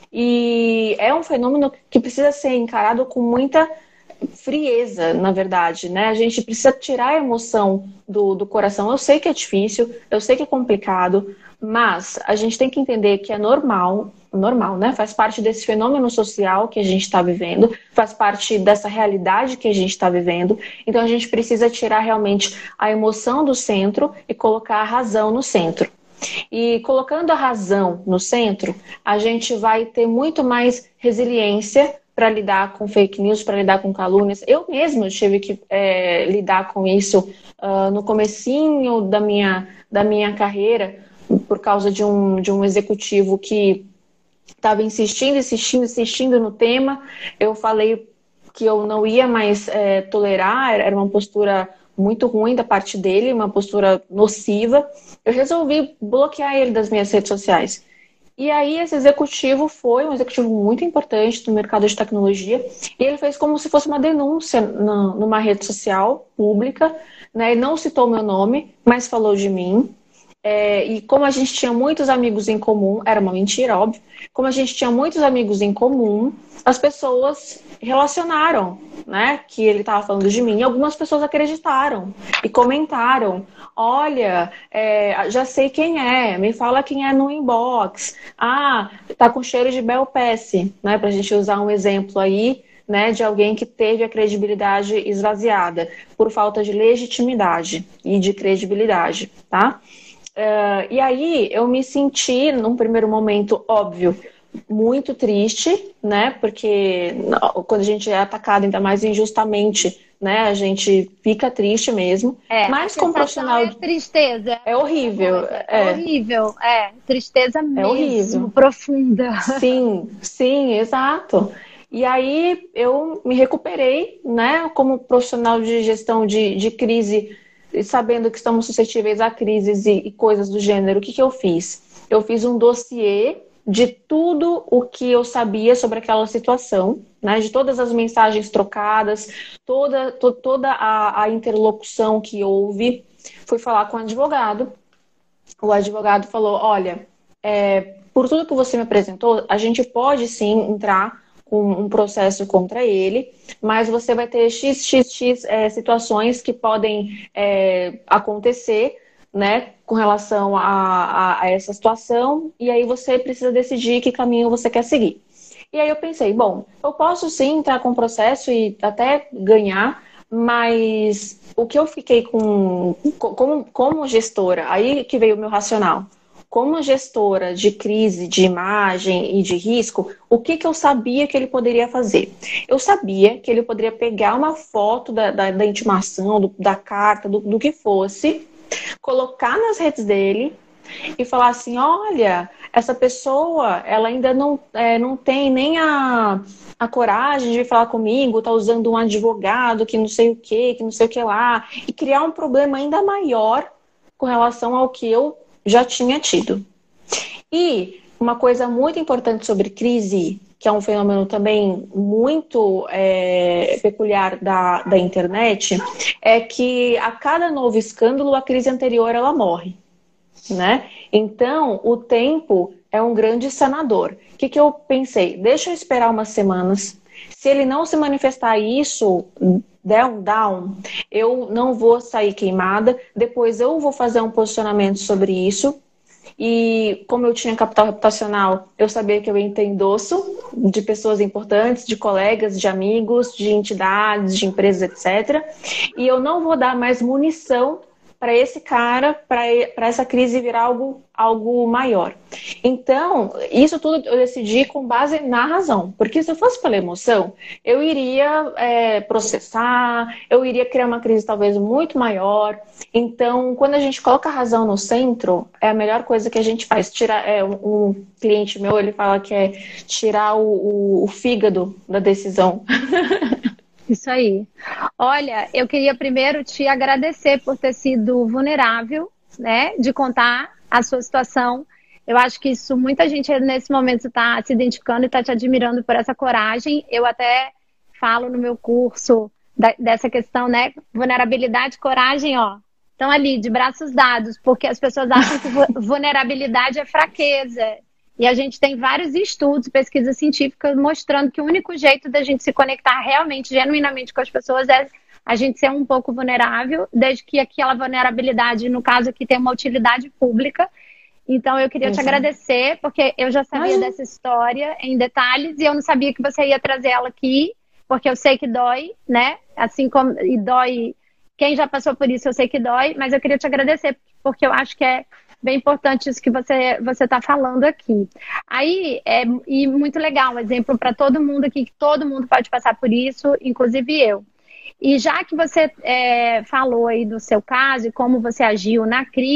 E é um fenômeno que precisa ser encarado com muita frieza, na verdade, né? A gente precisa tirar a emoção do, do coração. Eu sei que é difícil, eu sei que é complicado, mas a gente tem que entender que é normal, normal, né? Faz parte desse fenômeno social que a gente está vivendo, faz parte dessa realidade que a gente está vivendo. Então a gente precisa tirar realmente a emoção do centro e colocar a razão no centro. E colocando a razão no centro, a gente vai ter muito mais resiliência para lidar com fake news, para lidar com calúnias. Eu mesma tive que é, lidar com isso uh, no comecinho da minha, da minha carreira, por causa de um, de um executivo que estava insistindo, insistindo, insistindo no tema. Eu falei que eu não ia mais é, tolerar, era uma postura muito ruim da parte dele, uma postura nociva. Eu resolvi bloquear ele das minhas redes sociais. E aí esse executivo foi um executivo muito importante do mercado de tecnologia, e ele fez como se fosse uma denúncia na, numa rede social pública, né? Ele não citou meu nome, mas falou de mim. É, e como a gente tinha muitos amigos em comum, era uma mentira, óbvio, como a gente tinha muitos amigos em comum, as pessoas relacionaram, né, que ele estava falando de mim, e algumas pessoas acreditaram e comentaram: olha, é, já sei quem é, me fala quem é no inbox, ah, tá com cheiro de Bel Pesce, né, pra gente usar um exemplo aí, né, de alguém que teve a credibilidade esvaziada por falta de legitimidade e de credibilidade, tá? Uh, e aí eu me senti, num primeiro momento, óbvio, muito triste, né? Porque quando a gente é atacado, ainda mais injustamente, né? A gente fica triste mesmo. É, mas como profissional é tristeza. É horrível. É, é. é horrível, é. Tristeza mesmo, é horrível. profunda. Sim, sim, exato. E aí eu me recuperei, né? Como profissional de gestão de, de crise, sabendo que estamos suscetíveis a crises e, e coisas do gênero. O que, que eu fiz? Eu fiz um dossiê de tudo o que eu sabia sobre aquela situação, né? De todas as mensagens trocadas, toda, to, toda a, a interlocução que houve. Fui falar com o advogado. O advogado falou: olha, é, por tudo que você me apresentou, a gente pode sim entrar com um processo contra ele, mas você vai ter x x x é, situações que podem é, acontecer, né, com relação a, a, a essa situação, e aí você precisa decidir que caminho você quer seguir. E aí eu pensei, bom, eu posso sim entrar com o processo e até ganhar, mas o que eu fiquei com como, como gestora, aí que veio o meu racional. Como gestora de crise, de imagem e de risco, o que, que eu sabia que ele poderia fazer? Eu sabia que ele poderia pegar uma foto da, da, da intimação, do, da carta, do, do que fosse, colocar nas redes dele e falar assim: olha, essa pessoa, ela ainda não, é, não tem nem a, a coragem de vir falar comigo, tá usando um advogado que não sei o que, que não sei o que lá, e criar um problema ainda maior com relação ao que eu já tinha tido. E uma coisa muito importante sobre crise, que é um fenômeno também muito é, peculiar da, da internet, é que a cada novo escândalo, a crise anterior ela morre, né? Então, o tempo é um grande sanador. O que, que eu pensei? Deixa eu esperar umas semanas. Se ele não se manifestar isso, der um down, eu não vou sair queimada. Depois eu vou fazer um posicionamento sobre isso. E como eu tinha capital reputacional, eu sabia que eu ia ter endosso de pessoas importantes, de colegas, de amigos, de entidades, de empresas, etcétera. E eu não vou dar mais munição para esse cara, para essa crise virar algo, algo maior. Então, isso tudo eu decidi com base na razão. Porque se eu fosse pela emoção, eu iria é, processar, eu iria criar uma crise talvez muito maior. Então, quando a gente coloca a razão no centro, é a melhor coisa que a gente faz. Tirar, é, um, um cliente meu, ele fala que é tirar o, o, o fígado da decisão. Isso aí. Olha, eu queria primeiro te agradecer por ter sido vulnerável, né, de contar a sua situação. Eu acho que isso, muita gente nesse momento está se identificando e está te admirando por essa coragem. Eu até falo no meu curso da, dessa questão, né, vulnerabilidade e coragem, ó, estão ali de braços dados, porque as pessoas acham que vulnerabilidade é fraqueza. E a gente tem vários estudos, pesquisas científicas mostrando que o único jeito da gente se conectar realmente, genuinamente com as pessoas é a gente ser um pouco vulnerável, desde que aquela vulnerabilidade, no caso aqui, tem uma utilidade pública. Então eu queria Exato. te agradecer, porque eu já sabia Ai. dessa história em detalhes e eu não sabia que você ia trazer ela aqui, porque eu sei que dói, né? Assim como e dói, quem já passou por isso eu sei que dói, mas eu queria te agradecer, porque eu acho que é bem importante isso que você você está falando aqui. Aí, é e muito legal, um exemplo para todo mundo aqui, que todo mundo pode passar por isso, inclusive eu. E já que você é, falou aí do seu caso e como você agiu na crise,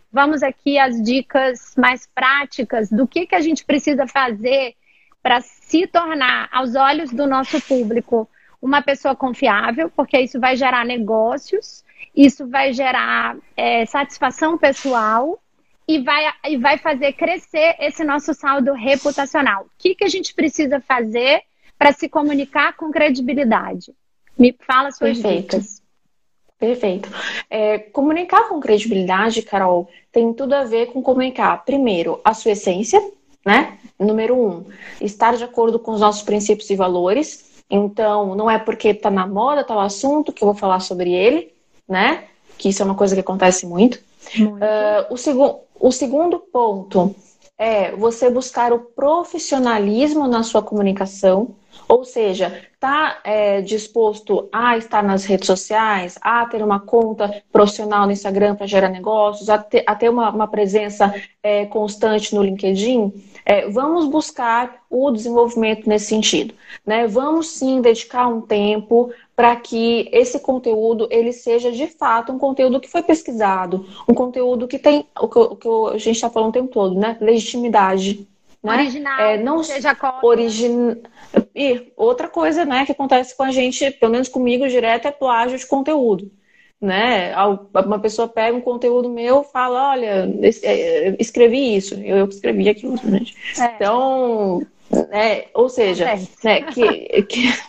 vamos aqui às dicas mais práticas do que, que a gente precisa fazer para se tornar, aos olhos do nosso público, uma pessoa confiável, porque isso vai gerar negócios, isso vai gerar é, satisfação pessoal e vai, e vai fazer crescer esse nosso saldo reputacional. O que, que a gente precisa fazer para se comunicar com credibilidade? Me fala suas Perfeito. dicas. Perfeito. É, comunicar com credibilidade, Carol, tem tudo a ver com comunicar, primeiro, a sua essência, né? Número um, estar de acordo com os nossos princípios e valores. Então, não é porque está na moda tal assunto que eu vou falar sobre ele, né? Que isso é uma coisa que acontece muito. muito. Uh, o, segu o segundo ponto é você buscar o profissionalismo na sua comunicação, ou seja, tá é, disposto a estar nas redes sociais, a ter uma conta profissional no Instagram para gerar negócios, a ter, a ter uma, uma presença é, constante no LinkedIn. É, vamos buscar o desenvolvimento nesse sentido, né? Vamos sim dedicar um tempo para que esse conteúdo ele seja de fato um conteúdo que foi pesquisado, um conteúdo que tem o que, o que a gente está falando o tempo todo, né? Legitimidade. Né? Original, é, não seja origin... E outra coisa, né, que acontece com a gente, pelo menos comigo direto, é plágio de conteúdo. Né? Uma pessoa pega um conteúdo meu e fala, olha, escrevi isso, eu, eu escrevi aquilo, gente. É. Então, né, ou seja, é. né, que, que,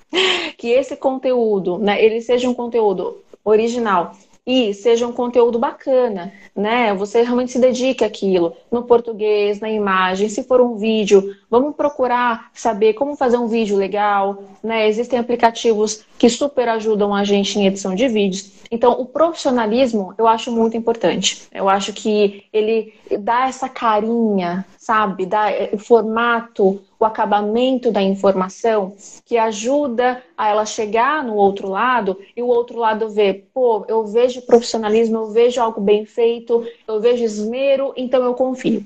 que esse conteúdo, né, ele seja um conteúdo original e seja um conteúdo bacana, né? Você realmente se dedique àquilo, no português, na imagem, se for um vídeo, vamos procurar saber como fazer um vídeo legal, né? Existem aplicativos que super ajudam a gente em edição de vídeos. Então, o profissionalismo eu acho muito importante. Eu acho que ele dá essa carinha, sabe? Dá o formato, o acabamento da informação que ajuda a ela chegar no outro lado e o outro lado ver, pô, eu vejo profissionalismo, eu vejo algo bem feito, eu vejo esmero, então eu confio.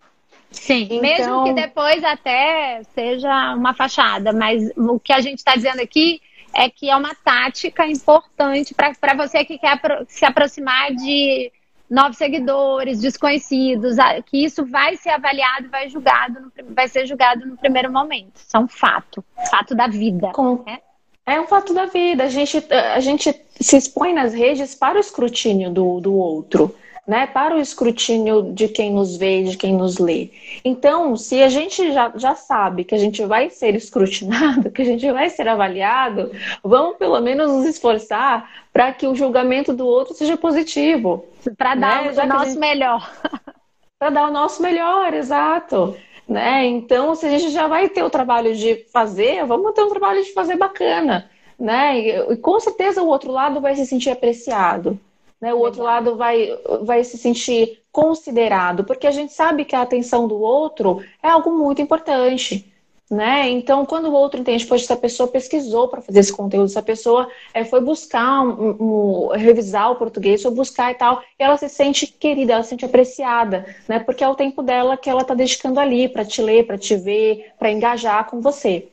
Sim, então... mesmo que depois até seja uma fachada, mas o que a gente está dizendo aqui é que é uma tática importante para você que quer se aproximar de novos seguidores, desconhecidos, que isso vai ser avaliado, vai, julgado no, vai ser julgado no primeiro momento. Isso é um fato, fato da vida. Com... Né? É um fato da vida. A gente, a gente se expõe nas redes para o escrutínio do, do outro, né? Para o escrutínio de quem nos vê, de quem nos lê. Então, se a gente já, já sabe que a gente vai ser escrutinado, que a gente vai ser avaliado, vamos pelo menos nos esforçar para que o julgamento do outro seja positivo. Para dar né? o nosso gente... melhor. Para dar o nosso melhor, exato. Né? Então, se a gente já vai ter o trabalho de fazer, vamos ter um trabalho de fazer bacana. Né? E, e com certeza o outro lado vai se sentir apreciado. Né? O outro lado vai, vai se sentir considerado, porque a gente sabe que a atenção do outro é algo muito importante. Né? Então, quando o outro entende, poxa, essa pessoa pesquisou para fazer esse conteúdo, essa pessoa é, foi buscar, um, um, revisar o português, foi buscar e tal, e ela se sente querida, ela se sente apreciada, né? Porque é o tempo dela que ela está dedicando ali para te ler, para te ver, para engajar com você.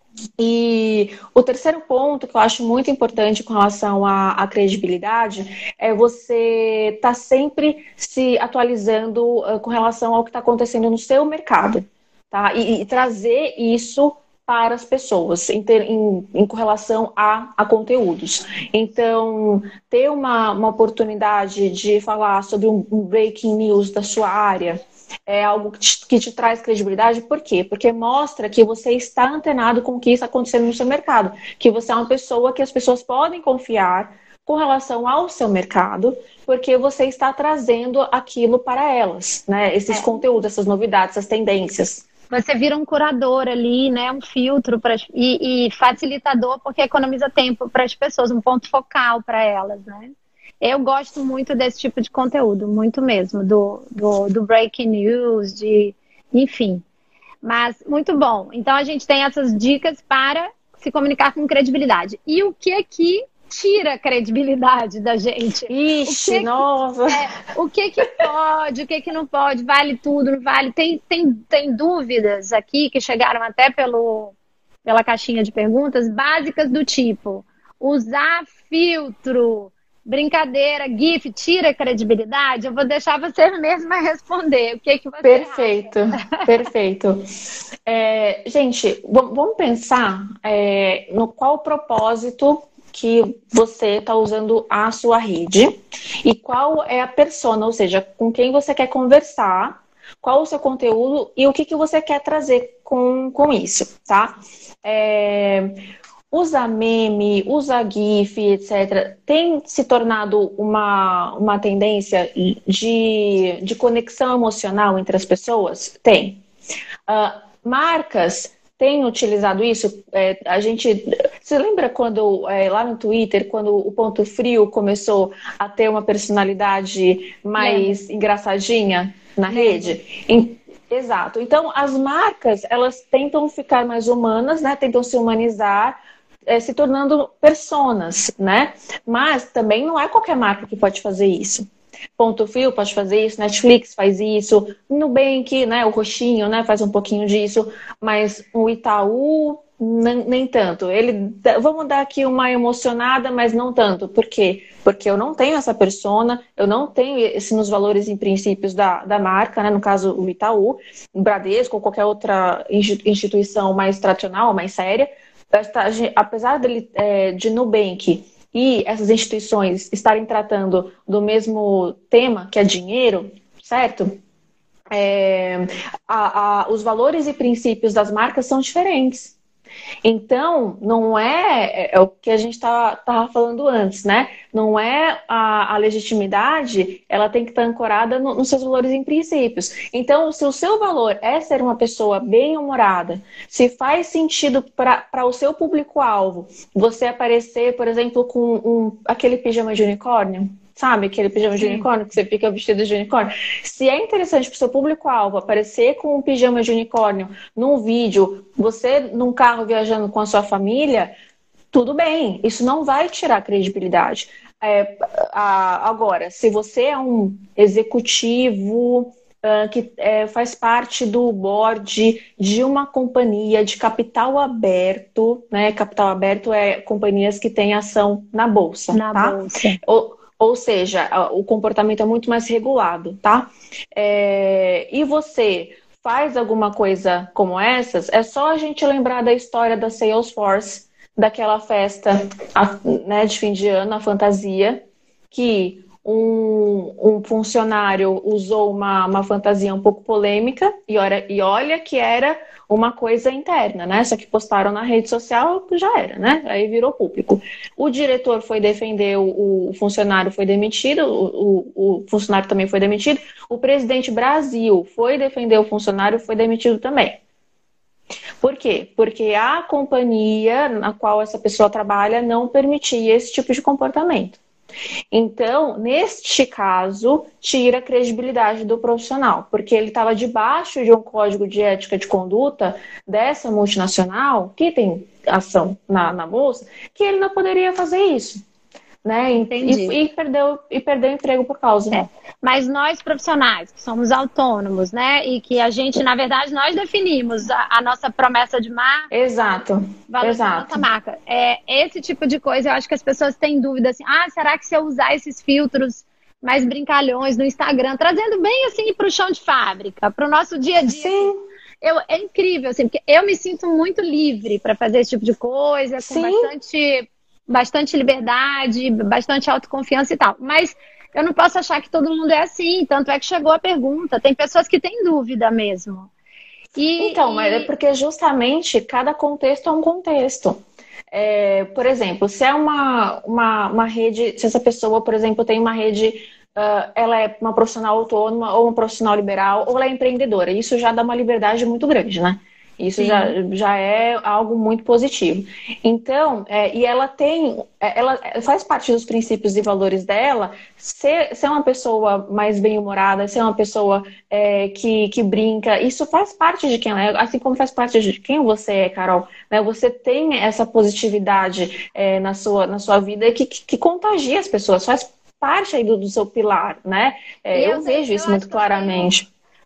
E o terceiro ponto que eu acho muito importante com relação à, à credibilidade é você estar tá sempre se atualizando uh, com relação ao que está acontecendo no seu mercado. Tá? E, e trazer isso para as pessoas em, ter, em, em correlação a, a conteúdos. Então, ter uma, uma oportunidade de falar sobre um, um breaking news da sua área é algo que te, que te traz credibilidade. Por quê? Porque mostra que você está antenado com o que está acontecendo no seu mercado, que você é uma pessoa que as pessoas podem confiar com relação ao seu mercado, porque você está trazendo aquilo para elas, né? Esses é. conteúdos, essas novidades, essas tendências. Você vira um curador ali, né? Um filtro pra, e, e facilitador, porque economiza tempo para as pessoas, um ponto focal para elas, né? Eu gosto muito desse tipo de conteúdo, muito mesmo, do, do, do breaking news, de, enfim. Mas muito bom. Então a gente tem essas dicas para se comunicar com credibilidade. E o que que tira a credibilidade da gente? Ixi, o que nossa! Que, é, o que que pode, o que que não pode, vale tudo, não vale? Tem, tem, tem dúvidas aqui que chegaram até pelo, pela caixinha de perguntas básicas do tipo usar filtro brincadeira, GIF, tira credibilidade? Eu vou deixar você mesma responder. O que que você Perfeito, acha? perfeito. É, gente, vam- vamos pensar é, no qual o propósito que você está usando a sua rede e qual é a persona, ou seja, com quem você quer conversar, qual o seu conteúdo e o que, que você quer trazer com, com isso, tá? É, usar meme, usar GIF, etcétera, tem se tornado uma, uma tendência de, de conexão emocional entre as pessoas? Tem. Uh, marcas têm utilizado isso? É, a gente... Você lembra quando, é, lá no Twitter, quando o Ponto Frio começou a ter uma personalidade mais Lembro. engraçadinha na Lembro. rede? Em- Exato. Então, as marcas, elas tentam ficar mais humanas, né? Tentam se humanizar, é, se tornando personas, né? Mas também não é qualquer marca que pode fazer isso. Ponto Frio pode fazer isso, Netflix faz isso, Nubank, né, o roxinho, né, faz um pouquinho disso, mas o Itaú nem, nem tanto. Ele, vamos dar aqui uma emocionada, mas não tanto. Por quê? Porque eu não tenho essa persona, eu não tenho esse nos valores e princípios da, da marca, né, no caso o Itaú, o Bradesco ou qualquer outra instituição mais tradicional, mais séria. Apesar dele, é, de Nubank e essas instituições estarem tratando do mesmo tema, que é dinheiro, certo? É, a, a, os valores e princípios das marcas são diferentes. Então, não é, é o que a gente estava falando antes, né? Não é a, a legitimidade, ela tem que estar ancorada no, nos seus valores e princípios. Então, se o seu valor é ser uma pessoa bem-humorada, se faz sentido para o seu público-alvo, você aparecer, por exemplo, com um, aquele pijama de unicórnio, sabe? Aquele pijama de unicórnio que você fica vestido de unicórnio. Se é interessante para o seu público-alvo aparecer com um pijama de unicórnio num vídeo, você num carro viajando com a sua família, tudo bem. Isso não vai tirar credibilidade. É, a, agora, se você é um executivo uh, que é, faz parte do board de uma companhia de capital aberto, né? Capital aberto é companhias que têm ação na bolsa, Na tá? bolsa. Ou, Ou seja, o comportamento é muito mais regulado, tá? É, e você faz alguma coisa como essas, é só a gente lembrar da história da Salesforce, daquela festa, né, de fim de ano, a fantasia, que um, um funcionário usou uma, uma fantasia um pouco polêmica, e olha, e olha que era uma coisa interna, né? Só que postaram na rede social, já era, né? Aí virou público. O diretor foi defender, o, o funcionário foi demitido, o, o, o funcionário também foi demitido, o presidente Brasil foi defender o funcionário, foi demitido também. Por quê? Porque a companhia na qual essa pessoa trabalha não permitia esse tipo de comportamento. Então, neste caso, tira a credibilidade do profissional, porque ele estava debaixo de um código de ética de conduta dessa multinacional, que tem ação na, na bolsa, que ele não poderia fazer isso. Né? Entendi. E, e, perdeu, e perdeu o emprego por causa. É. Mas nós profissionais, que somos autônomos, né? E que a gente, na verdade, nós definimos a, a nossa promessa de marca. Exato. Valor Exato. da nossa marca. É, esse tipo de coisa, eu acho que as pessoas têm dúvida assim, ah, será que se eu usar esses filtros mais brincalhões no Instagram, trazendo bem assim para o chão de fábrica, para o nosso dia a dia. Sim. Eu, é incrível, assim, porque eu me sinto muito livre para fazer esse tipo de coisa, com Sim. bastante, bastante liberdade, bastante autoconfiança e tal. Mas eu não posso achar que todo mundo é assim, tanto é que chegou a pergunta. Tem pessoas que têm dúvida mesmo. E, então, e... mas é porque justamente cada contexto é um contexto. É, por exemplo, se é uma, uma, uma rede, se essa pessoa, por exemplo, tem uma rede, uh, ela é uma profissional autônoma ou uma profissional liberal, ou ela é empreendedora, isso já dá uma liberdade muito grande, né? Isso já, já é algo muito positivo. Então, é, e ela tem, ela faz parte dos princípios e valores dela ser, ser uma pessoa mais bem-humorada, ser uma pessoa é, que, que brinca. Isso faz parte de quem ela é, assim como faz parte de quem você é, Carol. Né? Você tem essa positividade é, na, sua, na sua vida que, que, que contagia as pessoas, faz parte aí do, do seu pilar, né? É, eu, eu vejo isso muito claramente.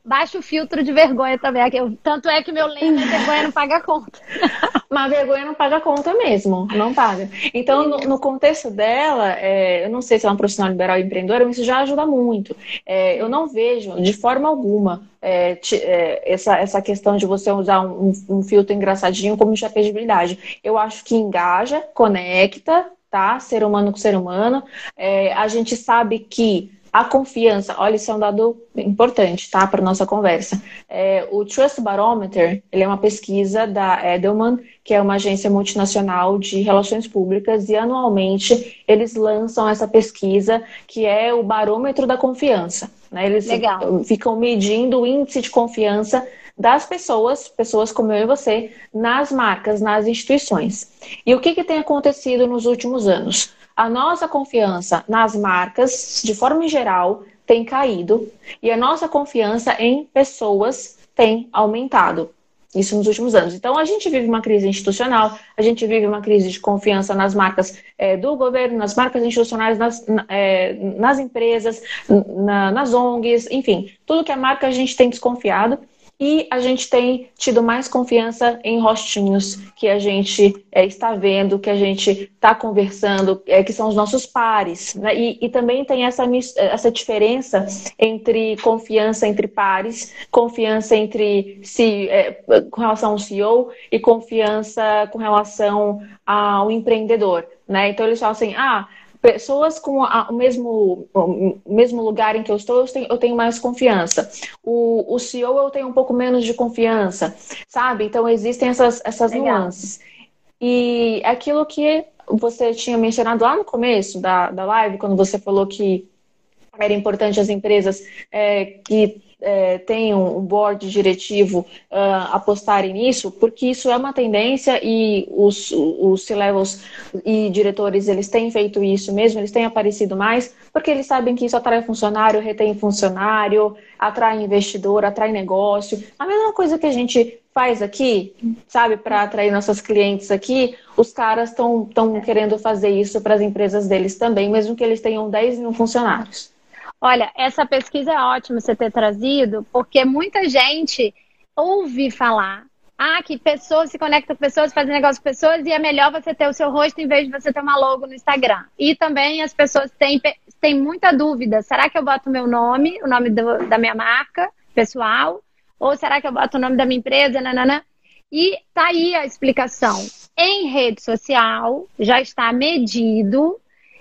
baixa o filtro de vergonha também. Aqui, eu- Tanto é que meu lema é vergonha não paga conta. Mas a vergonha não paga conta mesmo, não paga. Então, no, no contexto dela, é, eu não sei se ela é uma profissional liberal e empreendedora, mas isso já ajuda muito. É, eu não vejo, de forma alguma, é, ti- é, essa, essa questão de você usar um, um- um filtro engraçadinho como credibilidade. Eu acho que engaja, conecta, tá? Ser humano com ser humano. É, a gente sabe que a confiança, olha, isso é um dado importante, tá? Para nossa conversa. É, o Trust Barometer, ele é uma pesquisa da Edelman, que é uma agência multinacional de relações públicas, e anualmente eles lançam essa pesquisa, que é o barômetro da confiança, né? Eles Legal. ficam medindo o índice de confiança das pessoas, pessoas como eu e você, nas marcas, nas instituições. E o que, que tem acontecido nos últimos anos? A nossa confiança nas marcas, de forma geral, tem caído, e a nossa confiança em pessoas tem aumentado. Isso nos últimos anos. Então, a gente vive uma crise institucional, a gente vive uma crise de confiança nas marcas é, do governo, nas marcas institucionais, nas, é, nas empresas, na, nas O N Gs, enfim, tudo que é marca a gente tem desconfiado. E a gente tem tido mais confiança em rostinhos que a gente é, está vendo, que a gente está conversando, é, que são os nossos pares, né? E, e também tem essa, essa diferença entre confiança entre pares, confiança entre si, é, com relação ao C E O e confiança com relação ao empreendedor, né? Então eles falam assim, ah, pessoas com a, o, mesmo, o mesmo lugar em que eu estou, eu tenho, eu tenho mais confiança. O, o C E O eu tenho um pouco menos de confiança, sabe? Então existem essas, essas nuances. E aquilo que você tinha mencionado lá no começo da, da live, quando você falou que era importante as empresas é, que é, tenham um board diretivo uh, apostarem nisso, porque isso é uma tendência e os, os C-levels e diretores, eles têm feito isso mesmo, eles têm aparecido mais, porque eles sabem que isso atrai funcionário, retém funcionário, atrai investidor, atrai negócio. A mesma coisa que a gente faz aqui, sabe, para atrair nossos clientes aqui, os caras estão querendo fazer isso para as empresas deles também, mesmo que eles tenham dez mil funcionários. Olha, essa pesquisa é ótima você ter trazido, porque muita gente ouve falar ah, que pessoas se conectam com pessoas, fazem negócio com pessoas, e é melhor você ter o seu rosto em vez de você ter uma logo no Instagram. E também as pessoas têm, têm muita dúvida. Será que eu boto o meu nome, o nome do, da minha marca pessoal? Ou será que eu boto o nome da minha empresa? Nanana? E tá aí a explicação. Em rede social, já está medido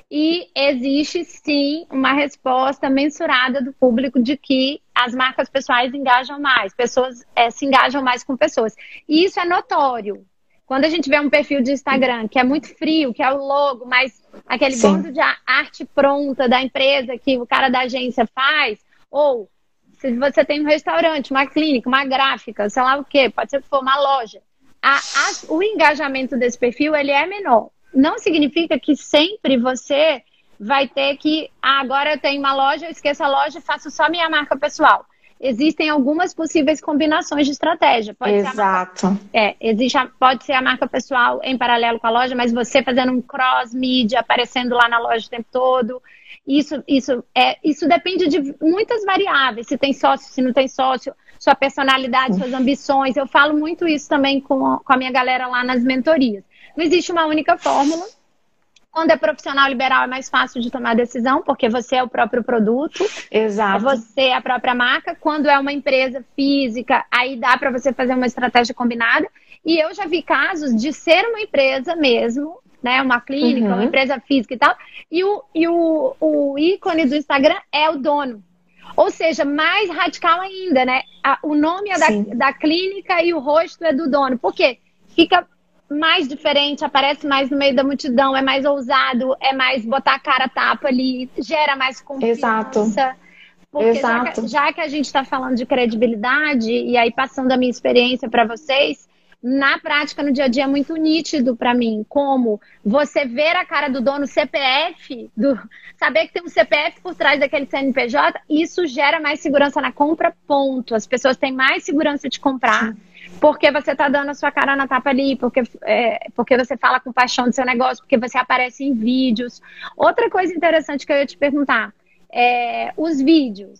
e existe sim uma resposta mensurada do público de que as marcas pessoais engajam mais, pessoas é, se engajam mais com pessoas. E isso é notório. Quando a gente vê um perfil de Instagram que é muito frio, que é o logo, mas aquele Sim. bando de arte pronta da empresa que o cara da agência faz, ou se você tem um restaurante, uma clínica, uma gráfica, sei lá o quê, pode ser que for uma loja, a, a, o engajamento desse perfil ele é menor. Não significa que sempre você vai ter que, ah, agora eu tenho uma loja, eu esqueço a loja e faço só minha marca pessoal. Existem algumas possíveis combinações de estratégia. Pode Exato. Ser a marca, é, existe a, pode ser a marca pessoal em paralelo com a loja, mas você fazendo um cross-media, aparecendo lá na loja o tempo todo. Isso, isso, é, isso depende de muitas variáveis. Se tem sócio, se não tem sócio, sua personalidade, suas ambições. Eu falo muito isso também com a, com a minha galera lá nas mentorias. Não existe uma única fórmula. Quando é profissional liberal é mais fácil de tomar decisão, porque você é o próprio produto. Exato. Você é a própria marca. Quando é uma empresa física, aí dá para você fazer uma estratégia combinada. E eu já vi casos de ser uma empresa mesmo, né? Uma clínica, Uhum. uma empresa física e tal. E, o, e o, o ícone do Instagram é o dono. Ou seja, mais radical ainda, né? A, o nome é da, da clínica e o rosto é do dono. Por quê? Fica mais diferente, aparece mais no meio da multidão, é mais ousado, é mais botar a cara a tapa ali, gera mais confiança. Exato. Porque Exato. Já, que, já que a gente está falando de credibilidade, e aí passando a minha experiência para vocês, na prática, no dia a dia, é muito nítido para mim como você ver a cara do dono, C P F, do, saber que tem um C P F por trás daquele C N P J, isso gera mais segurança na compra, ponto. As pessoas têm mais segurança de comprar. Sim. Porque você está dando a sua cara na tapa ali, porque, é, porque você fala com paixão do seu negócio, porque você aparece em vídeos. Outra coisa interessante que eu ia te perguntar, é, os vídeos.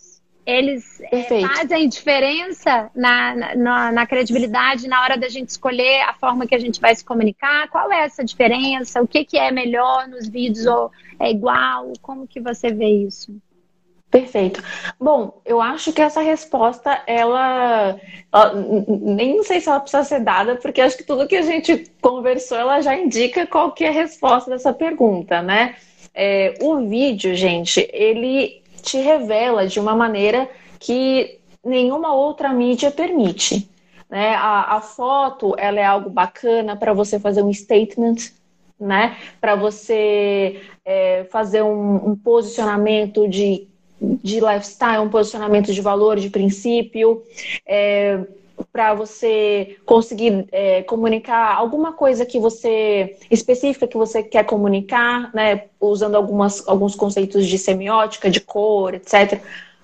eles é, fazem diferença na, na, na credibilidade, na hora da gente escolher a forma que a gente vai se comunicar? Qual é essa diferença? O que, que é melhor nos vídeos ou é igual? Como que você vê isso? Perfeito. Bom, eu acho que essa resposta, ela, ela nem sei se ela precisa ser dada, porque acho que tudo que a gente conversou, ela já indica qual que é a resposta dessa pergunta, né? É, o vídeo, gente, ele te revela de uma maneira que nenhuma outra mídia permite, né? A, a foto, ela é algo bacana para você fazer um statement, né? Para você é, fazer um, um posicionamento de, de lifestyle, um posicionamento de valor, de princípio, é, para você conseguir é, comunicar alguma coisa que você específica que você quer comunicar, né, usando algumas, alguns conceitos de semiótica, de cor, etcétera.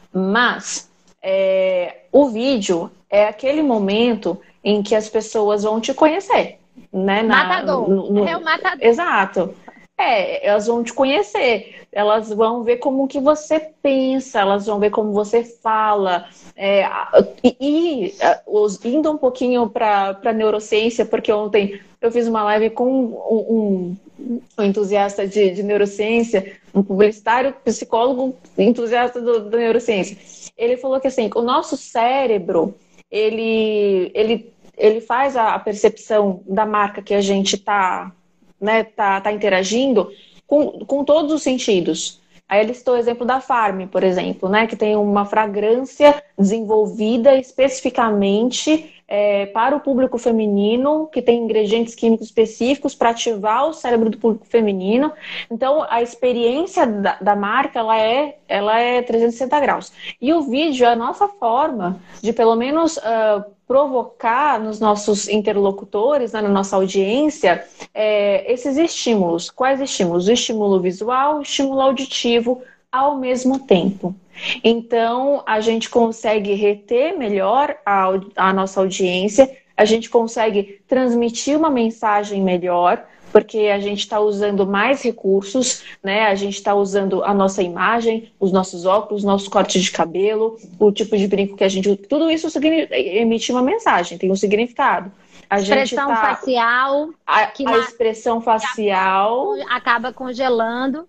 Mas é, o vídeo é aquele momento em que as pessoas vão te conhecer, né? Na, matador. No, no... É o matador. Exato. É, elas vão te conhecer, elas vão ver como que você pensa, elas vão ver como você fala. É, e, e os, indo um pouquinho para a neurociência, porque ontem eu fiz uma live com um, um, um entusiasta de, de neurociência, um publicitário, psicólogo, entusiasta do, da neurociência. Ele falou que assim, o nosso cérebro, ele, ele, ele faz a, a percepção da marca que a gente está... Né, tá, tá interagindo com, com todos os sentidos. Aí ele citou o exemplo da Farm, por exemplo, né, que tem uma fragrância desenvolvida especificamente é, para o público feminino, que tem ingredientes químicos específicos para ativar o cérebro do público feminino. Então, a experiência da, da marca, ela é, ela é trezentos e sessenta graus. E o vídeo é a nossa forma de, pelo menos... Uh, provocar nos nossos interlocutores, né, na nossa audiência, é, esses estímulos. Quais estímulos? O estímulo visual, o estímulo auditivo ao mesmo tempo. Então, a gente consegue reter melhor a, a nossa audiência, a gente consegue transmitir uma mensagem melhor, porque a gente está usando mais recursos, né? A gente está usando a nossa imagem, os nossos óculos, nossos cortes de cabelo, o tipo de brinco que a gente usa. Tudo isso emite uma mensagem, tem um significado. A expressão gente tá... facial. A, que a na... expressão facial. Acaba congelando.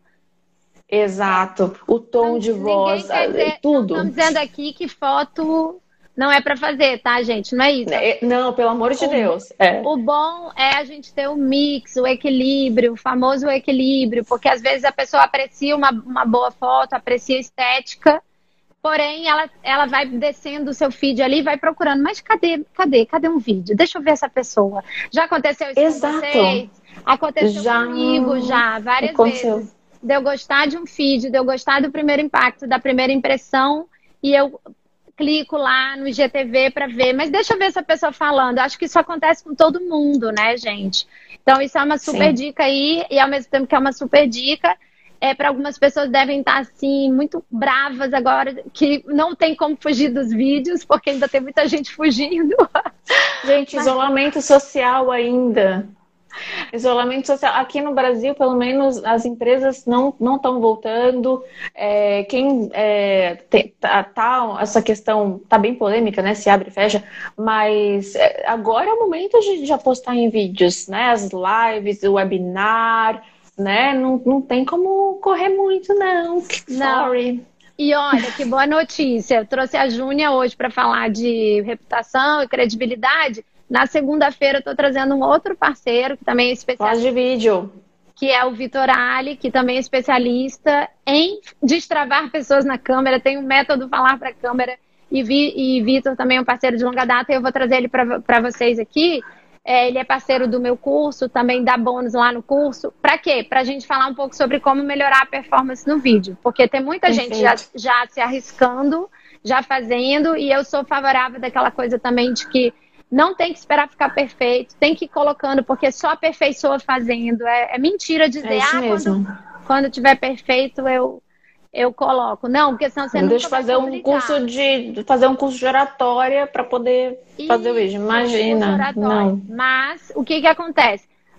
Exato. O tom não, de voz, dizer, tudo. Estamos dizendo aqui que foto... não é para fazer, tá, gente? Não é isso. Não, pelo amor de o, Deus. É. O bom é a gente ter o mix, o equilíbrio, o famoso equilíbrio, porque às vezes a pessoa aprecia uma, uma boa foto, aprecia a estética, porém ela, ela vai descendo o seu feed ali e vai procurando, mas cadê, cadê, cadê um vídeo? Deixa eu ver essa pessoa. Já aconteceu isso Exato. com vocês? Aconteceu já... comigo já, várias aconteceu. vezes. De eu gostar de um feed, de eu gostar do primeiro impacto, da primeira impressão, e eu... clico lá no I G T V para ver, mas deixa eu ver essa pessoa falando. Acho que isso acontece com todo mundo, né, gente? Então, isso é uma super Sim. dica aí, e ao mesmo tempo que é uma super dica, é, para algumas pessoas devem estar, assim, muito bravas agora, que não tem como fugir dos vídeos, porque ainda tem muita gente fugindo. Gente, mas... isolamento social ainda. Isolamento social. Aqui no Brasil, pelo menos, as empresas não não estão voltando. É, quem é, tem, tá, tá, essa questão tá bem polêmica, né? Se abre e fecha. Mas é, agora é o momento de, de apostar em vídeos, né? As lives, o webinar, né? Não, não tem como correr muito, não. Sorry. Não. E olha, que boa notícia. Eu trouxe a Júnia hoje para falar de reputação e credibilidade. Na segunda-feira eu estou trazendo um outro parceiro, que também é especialista. de vídeo. Que é o Vitor Ali, que também é especialista em destravar pessoas na câmera. Tem um método falar para a câmera. E, Vi, e Vitor também é um parceiro de longa data. E eu vou trazer ele para vocês aqui. É, ele é parceiro do meu curso, também dá bônus lá no curso. Para quê? Para a gente falar um pouco sobre como melhorar a performance no vídeo. Porque tem muita Perfeito. gente já, já se arriscando, já fazendo. E eu sou favorável daquela coisa também de que não tem que esperar ficar perfeito, tem que ir colocando, porque só aperfeiçoa fazendo. É, é mentira dizer, é ah, quando, quando tiver perfeito eu, eu coloco. Não, porque senão você não Deixa vai fazer um curso de fazer um curso de oratória para poder Isso, fazer o vídeo. Imagina. Não. Mas o que que acontece?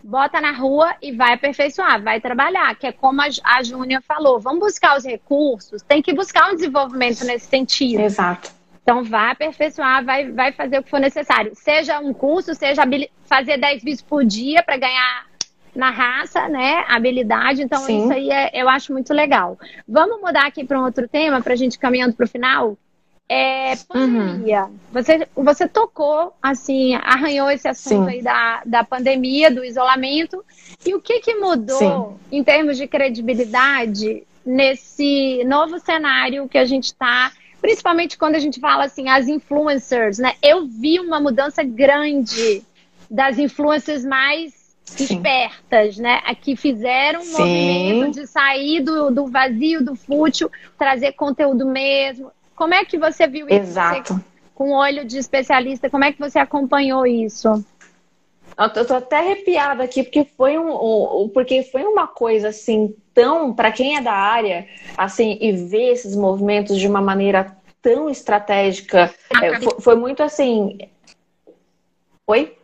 bota na rua e vai aperfeiçoar, vai trabalhar, que é como a, a Júnia falou, vamos buscar os recursos, tem que buscar um desenvolvimento nesse sentido. Exato. Então vai aperfeiçoar, vai, vai fazer o que for necessário. Seja um curso, seja fazer dez vídeos por dia para ganhar na raça, né, habilidade. Então Sim. isso aí é, eu acho muito legal. Vamos mudar aqui para um outro tema, para a gente ir caminhando para o final? É, pandemia. Uhum. Você, você tocou, assim, arranhou esse assunto Sim. aí da, da pandemia, do isolamento. E o que, que mudou Sim. em termos de credibilidade nesse novo cenário que a gente está, principalmente quando a gente fala assim, as influencers, né? Eu vi uma mudança grande das influencers mais Sim. espertas, né? Que fizeram um Sim. movimento de sair do, do vazio, do fútil, trazer conteúdo mesmo. Como é que você viu isso? Exato. Você, com o olho de especialista, como é que você acompanhou isso? Eu tô até arrepiada aqui, porque foi, um, um, porque foi uma coisa assim, tão, para quem é da área, assim, e vê esses movimentos de uma maneira tão estratégica, é, foi, foi muito assim... Oi?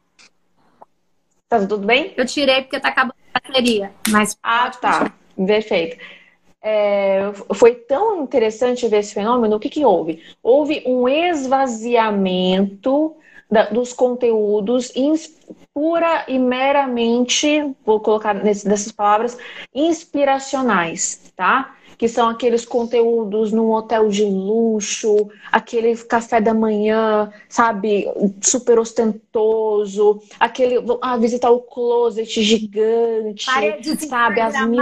Tá tudo bem? Eu tirei porque tá acabando a bateria. Mas ah, tá. Perfeito. É, foi tão interessante ver esse fenômeno. O que, que houve? Houve um esvaziamento da, dos conteúdos pura e meramente, vou colocar nesse, nessas palavras, inspiracionais, tá? Que são aqueles conteúdos num hotel de luxo, aquele café da manhã, sabe, super ostentoso, aquele, ah, visitar o closet gigante, paredes sabe, as mil...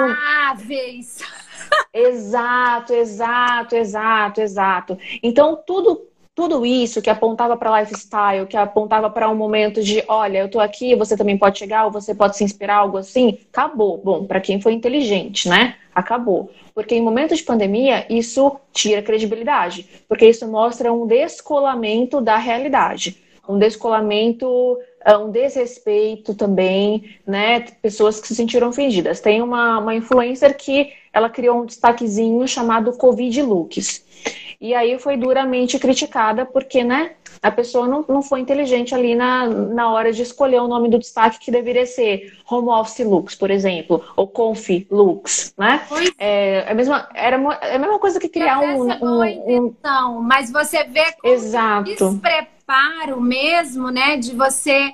Exato, exato, exato, exato. Então, tudo, tudo isso que apontava para lifestyle, que apontava para um momento de, olha, eu tô aqui, você também pode chegar, ou você pode se inspirar, algo assim, acabou. Bom, para quem foi inteligente, né? Acabou. Porque em momentos de pandemia, isso tira credibilidade. Porque isso mostra um descolamento da realidade. Um descolamento, um desrespeito também, né? Pessoas que se sentiram ofendidas. Tem uma, uma influencer que ela criou um destaquezinho chamado Covid Looks. E aí foi duramente criticada porque, né, a pessoa não, não foi inteligente ali na, na hora de escolher o nome do destaque, que deveria ser Home Office Looks, por exemplo, ou Conf Looks, né? É, é a mesma, era é a mesma coisa que criar um... Essa é boa intenção, um... mas você vê como Exato. despreparo mesmo, né, de você...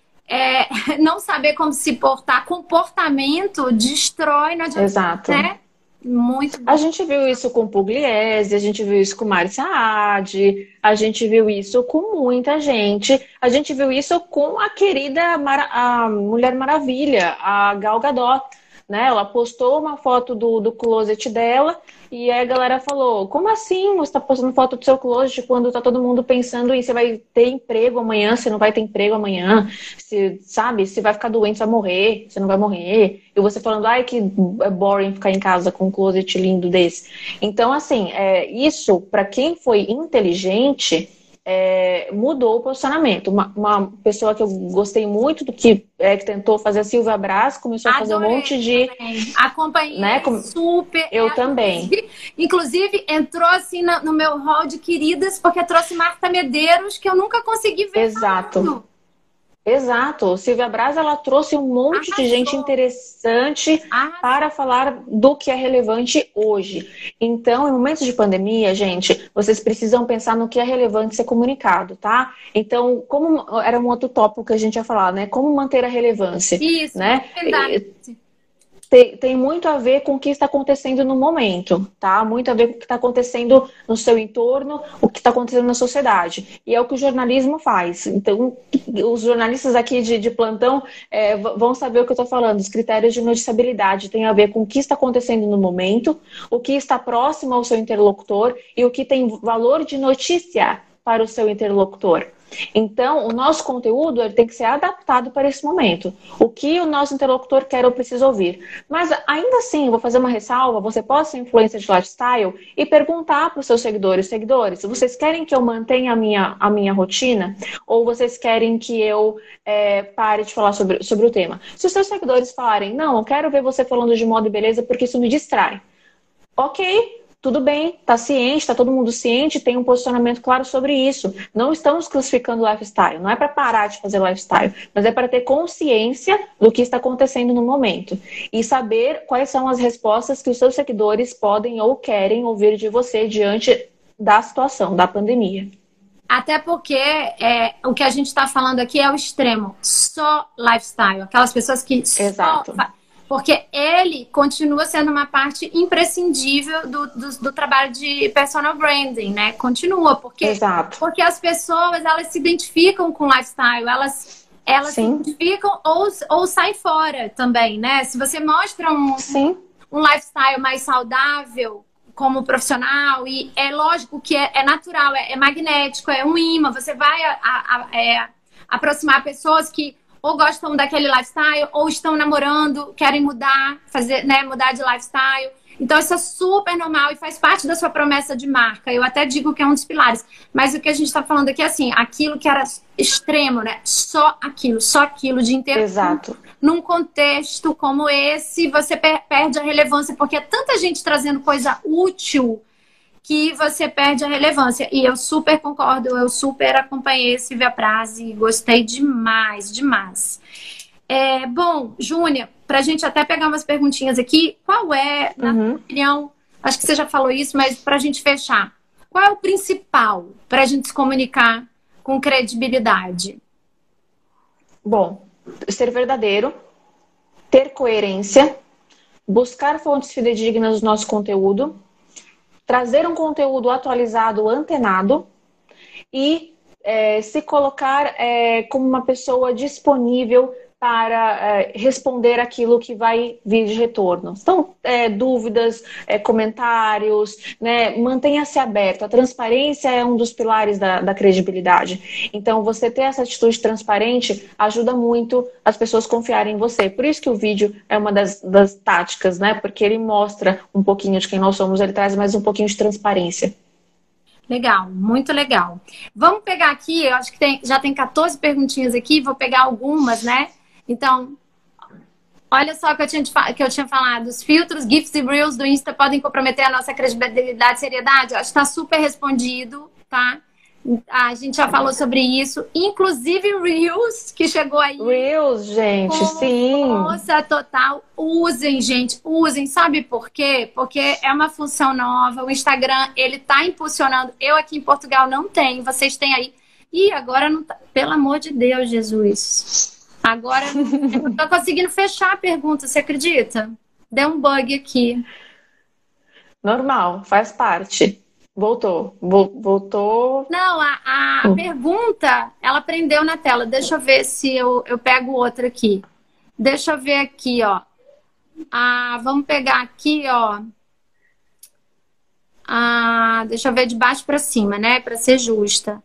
É, não saber como se portar, comportamento destrói, não adianta, Exato. Né? Muito bom. A gente viu isso com Pugliese, a gente viu isso com Márcia Saad, a gente viu isso com muita gente, a gente viu isso com a querida Mara, a Mulher Maravilha, a Gal Gadot, né? Ela postou uma foto do, do closet dela e aí a galera falou, como assim você tá postando foto do seu closet quando tá todo mundo pensando em você vai ter emprego amanhã, você não vai ter emprego amanhã, se, sabe, se vai ficar doente, você vai morrer, você não vai morrer. E você falando, ai, que é boring ficar em casa com um closet lindo desse. Então, assim, é, isso, para quem foi inteligente, é, mudou o posicionamento. Uma, uma pessoa que eu gostei muito do que, é, que tentou fazer, a Silvia Braz, começou Adorei, a fazer um monte de... Também. Acompanhei, né, como... super. Eu é, também. Inclusive, inclusive, entrou assim no, no meu hall de queridas, porque trouxe Marta Medeiros, que eu nunca consegui ver. Exato. Falando. Exato. Silvia Braz, ela trouxe um monte Arrasou. de gente interessante Arrasou. para falar do que é relevante hoje. Então, em momentos de pandemia, gente, vocês precisam pensar no que é relevante ser comunicado, tá? Então, como era um outro tópico que a gente ia falar, né? Como manter a relevância. Isso, né? É verdade. Tem, tem muito a ver com o que está acontecendo no momento, tá? Muito a ver com o que está acontecendo no seu entorno, o que está acontecendo na sociedade. E é o que o jornalismo faz. Então, os jornalistas aqui de, de plantão é, vão saber o que eu estou falando. Os critérios de noticiabilidade têm a ver com o que está acontecendo no momento, o que está próximo ao seu interlocutor e o que tem valor de notícia para o seu interlocutor. Então, o nosso conteúdo ele tem que ser adaptado para esse momento. O que o nosso interlocutor quer ou precisa ouvir. Mas, ainda assim, vou fazer uma ressalva, você pode ser influencer de lifestyle e perguntar para os seus seguidores, seguidores, vocês querem que eu mantenha a minha, a minha rotina? Ou vocês querem que eu é, pare de falar sobre, sobre o tema? Se os seus seguidores falarem, não, eu quero ver você falando de moda e beleza porque isso me distrai. Ok, tudo bem, tá ciente, tá todo mundo ciente, tem um posicionamento claro sobre isso. Não estamos crucificando lifestyle, não é para parar de fazer lifestyle, mas é para ter consciência do que está acontecendo no momento e saber quais são as respostas que os seus seguidores podem ou querem ouvir de você diante da situação, da pandemia. Até porque é, o que a gente está falando aqui é o extremo, só lifestyle, aquelas pessoas que Exato. só... Porque ele continua sendo uma parte imprescindível do, do, do trabalho de personal branding, né? Continua, porque, Exato. porque as pessoas, elas se identificam com lifestyle, elas, elas se identificam ou, ou saem fora também, né? Se você mostra um, Sim. um lifestyle mais saudável como profissional, e é lógico que é, é natural, é, é magnético, é um imã, você vai a, a, a, é, aproximar pessoas que ou gostam daquele lifestyle, ou estão namorando, querem mudar, fazer, né, mudar de lifestyle. Então, isso é super normal e faz parte da sua promessa de marca. Eu até digo que é um dos pilares. Mas o que a gente está falando aqui é assim, aquilo que era extremo, né? Só aquilo, só aquilo de inteiro. Exato. Num contexto como esse, você per- perde a relevância, porque é tanta gente trazendo coisa útil que você perde a relevância. E eu super concordo, eu super acompanhei Silvia Praz e gostei demais, demais. É, bom, Júnia, para a gente até pegar umas perguntinhas aqui, qual é, na Uhum. sua opinião, acho que você já falou isso, mas para a gente fechar, qual é o principal para a gente se comunicar com credibilidade? Bom, ser verdadeiro, ter coerência, buscar fontes fidedignas do nosso conteúdo, trazer um conteúdo atualizado, antenado e é, se colocar é, como uma pessoa disponível para é, responder aquilo que vai vir de retorno. Então, é, dúvidas, é, comentários, né? Mantenha-se aberto. A transparência é um dos pilares da, da credibilidade. Então, você ter essa atitude transparente ajuda muito as pessoas confiarem em você. Por isso que o vídeo é uma das, das táticas, né? Porque ele mostra um pouquinho de quem nós somos, ele traz mais um pouquinho de transparência. Legal, muito legal. Vamos pegar aqui, eu acho que tem, já tem quatorze perguntinhas aqui, vou pegar algumas, né? Então, olha só o que eu tinha, que eu tinha falado. Os filtros, GIFs e Reels do Insta podem comprometer a nossa credibilidade e seriedade? Eu acho que está super respondido, tá? A gente já falou sobre isso. Inclusive Reels, que chegou aí. Reels, gente, sim. Nossa, total. Usem, gente, usem. Sabe por quê? Porque é uma função nova. O Instagram, ele tá impulsionando. Eu aqui em Portugal não tenho, vocês têm aí. E agora não tá. Pelo amor de Deus, Jesus. Agora eu não tô conseguindo fechar a pergunta, você acredita? Deu um bug aqui. Normal, faz parte. Voltou, voltou. Não, a, a hum. pergunta, ela prendeu na tela. Deixa eu ver se eu, eu pego outra aqui. Deixa eu ver aqui, ó. Ah, vamos pegar aqui, ó. Ah, deixa eu ver de baixo para cima, né? Para ser justa.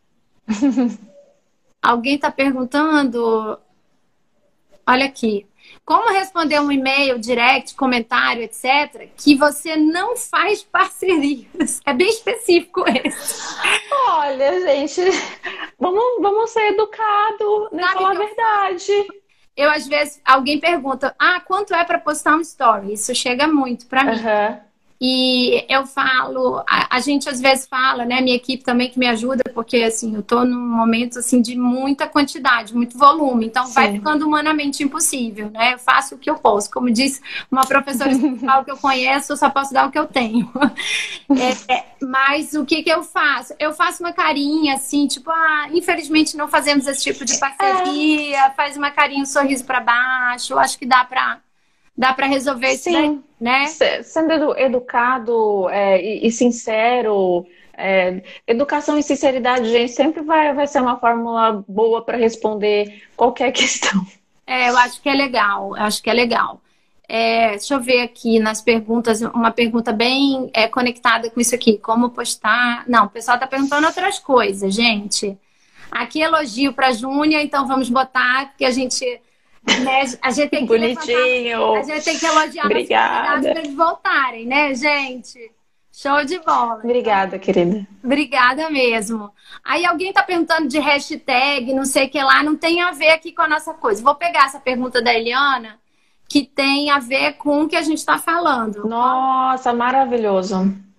Alguém tá perguntando... Olha aqui. Como responder um e-mail, direct, comentário, etcétera, que você não faz parcerias? É bem específico esse. Olha, gente, vamos, vamos ser educados, né? Falar a verdade. Eu, às vezes, alguém pergunta, ah, quanto é para postar um story? Isso chega muito para mim. Uhum. E eu falo, a, a gente às vezes fala, né, minha equipe também que me ajuda, porque assim, eu tô num momento assim de muita quantidade, muito volume, então Sim. vai ficando humanamente impossível, né? Eu faço o que eu posso, como disse uma professora especial que eu conheço, eu só posso dar o que eu tenho. É, é, mas o que que eu faço? Eu faço uma carinha assim, tipo, ah, infelizmente não fazemos esse tipo de parceria, é. faz uma carinha, um sorriso para baixo, eu acho que dá para Dá para resolver isso daí, né? Sendo educado é, e, e sincero, é, educação e sinceridade, gente, sempre vai, vai ser uma fórmula boa para responder qualquer questão. É, eu acho que é legal, eu acho que é legal. É, deixa eu ver aqui nas perguntas, uma pergunta bem é, conectada com isso aqui. Como postar... Não, o pessoal tá perguntando outras coisas, gente. Aqui elogio para a Júnia, então vamos botar, porque a gente... Né? A gente tem que Bonitinho. Levantar, a gente tem que elogiar Obrigada. para eles voltarem, né, gente? Show de bola. Obrigada, querida. Obrigada mesmo. Aí alguém tá perguntando de hashtag, não sei o que lá, não tem a ver aqui com a nossa coisa. Vou pegar essa pergunta da Eliana, que tem a ver com o que a gente está falando. Nossa, maravilhoso.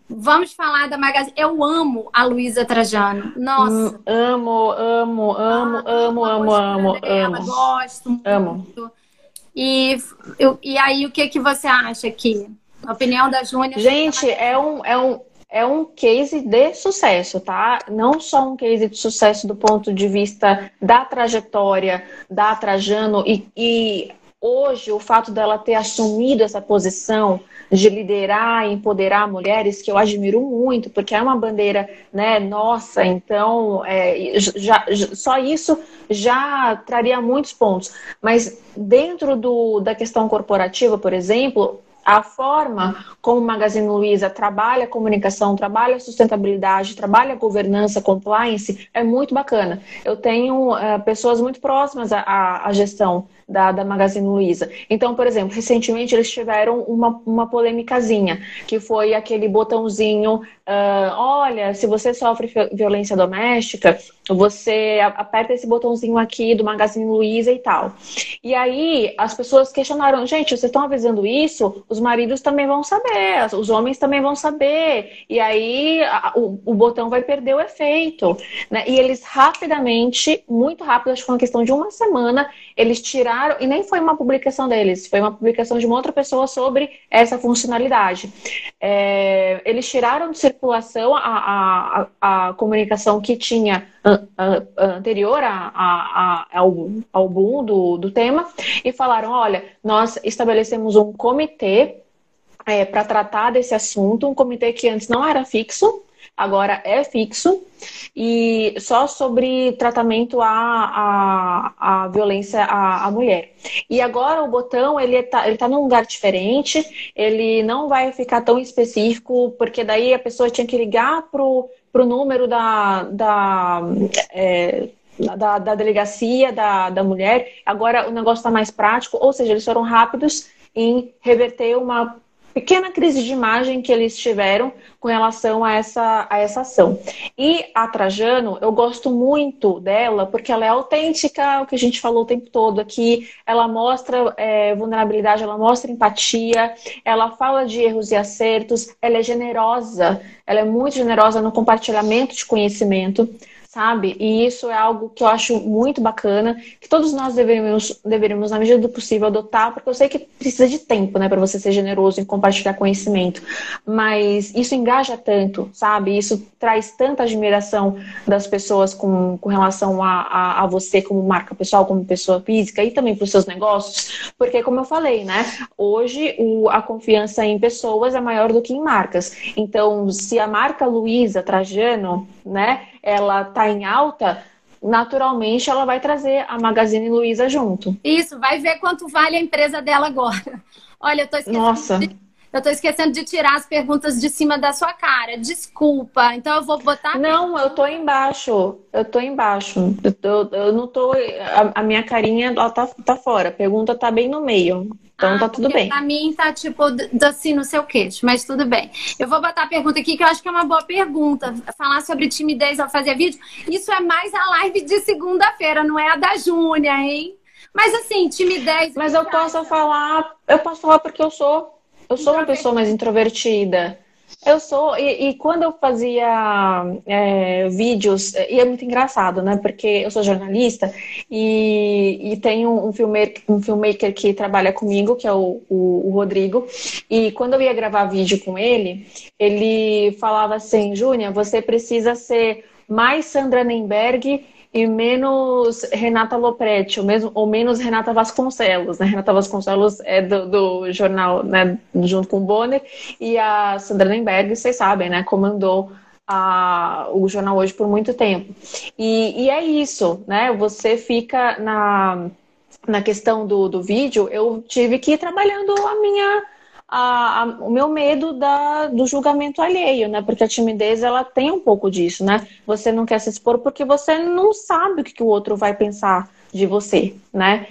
Vamos falar da Magazine. Eu amo a Luísa Trajano. Nossa. Hum, amo, amo, amo, Ah, amo, a amo, postura amo, dela, amo, gosto amo. muito. E, eu, e aí, o que, que você acha aqui? A opinião da Júnia sobre a Gente, é Magazine. um, é um, é um case de sucesso, tá? Não só um case de sucesso do ponto de vista da trajetória da Trajano e, e hoje o fato dela ter assumido essa posição de liderar e empoderar mulheres, que eu admiro muito, porque é uma bandeira, né, nossa, então é, já, já, só isso já traria muitos pontos. Mas dentro do, da questão corporativa, por exemplo, a forma como o Magazine Luiza trabalha a comunicação, trabalha a sustentabilidade, trabalha a governança, compliance, é muito bacana. Eu tenho uh, pessoas muito próximas à, à, à gestão da, da Magazine Luiza. Então, por exemplo, recentemente eles tiveram uma, uma polêmicazinha, que foi aquele botãozinho, uh, olha, se você sofre violência doméstica, você aperta esse botãozinho aqui do Magazine Luiza e tal. E aí as pessoas questionaram, gente, vocês estão avisando isso? Os maridos também vão saber, os homens também vão saber. E aí a, o, o botão vai perder o efeito, né? E eles rapidamente, muito rápido, acho que foi uma questão de uma semana, eles tiraram, e nem foi uma publicação deles, foi uma publicação de uma outra pessoa sobre essa funcionalidade. É, eles tiraram de circulação a, a, a comunicação que tinha anterior a, a, a, ao, ao boom do, do tema e falaram, olha, nós estabelecemos um comitê é, para tratar desse assunto, um comitê que antes não era fixo, agora é fixo, e só sobre tratamento à, à, à violência à, à mulher. E agora o botão, ele está ele tá num lugar diferente, ele não vai ficar tão específico, porque daí a pessoa tinha que ligar pro para o número da, da, é, da, da delegacia da, da mulher. Agora o negócio está mais prático, ou seja, eles foram rápidos em reverter uma pequena crise de imagem que eles tiveram com relação a essa, a essa ação. E a Trajano, eu gosto muito dela porque ela é autêntica, o que a gente falou o tempo todo aqui, ela mostra é, vulnerabilidade, ela mostra empatia, ela fala de erros e acertos, ela é generosa, ela é muito generosa no compartilhamento de conhecimento, sabe? E isso é algo que eu acho muito bacana, que todos nós deveríamos, deveríamos na medida do possível, adotar, porque eu sei que precisa de tempo, né, para você ser generoso em compartilhar conhecimento, mas isso engaja tanto, sabe? Isso traz tanta admiração das pessoas com, com relação a, a, a você como marca pessoal, como pessoa física e também para os seus negócios, porque como eu falei, né, hoje o, a confiança em pessoas é maior do que em marcas. Então, se a marca Luiza Trajano, né, ela tá em alta, naturalmente ela vai trazer a Magazine Luiza junto. Isso, vai ver quanto vale a empresa dela agora. Olha, eu tô esquecendo Nossa. de, eu tô esquecendo de tirar as perguntas de cima da sua cara. Desculpa. Então eu vou botar. Não, eu tô embaixo. Eu tô embaixo. Eu, tô, eu não tô. A, a minha carinha ela tá, tá fora. A pergunta tá bem no meio. Então ah, tá tudo bem. Pra mim tá tipo assim no seu queixo, mas tudo bem. Eu vou botar a pergunta aqui que eu acho que é uma boa pergunta. Falar sobre timidez ao fazer vídeo. Isso é mais a live de segunda-feira, não é a da Júnia, hein? Mas assim, timidez. Mas eu posso falar. Eu posso falar porque eu sou. Eu sou uma pessoa mais introvertida. Eu sou, e, e quando eu fazia é, vídeos, e é muito engraçado, né? Porque eu sou jornalista e, e tem um, um, filmmaker, um filmmaker que trabalha comigo, que é o, o, o Rodrigo, e quando eu ia gravar vídeo com ele, ele falava assim, Júnia, você precisa ser mais Sandra Nemberg e menos Renata Lopretti, ou, mesmo, ou menos Renata Vasconcelos, né? Renata Vasconcelos é do, do jornal, né? Junto com o Bonner, e a Sandra Nemberg, vocês sabem, né? Comandou a, o jornal Hoje por muito tempo. E, e é isso, né? Você fica na, na questão do, do vídeo, eu tive que ir trabalhando a minha... A, a, o meu medo da, do julgamento alheio, né? Porque a timidez, ela tem um pouco disso, né? Você não quer se expor porque você não sabe o que, que o outro vai pensar de você, né?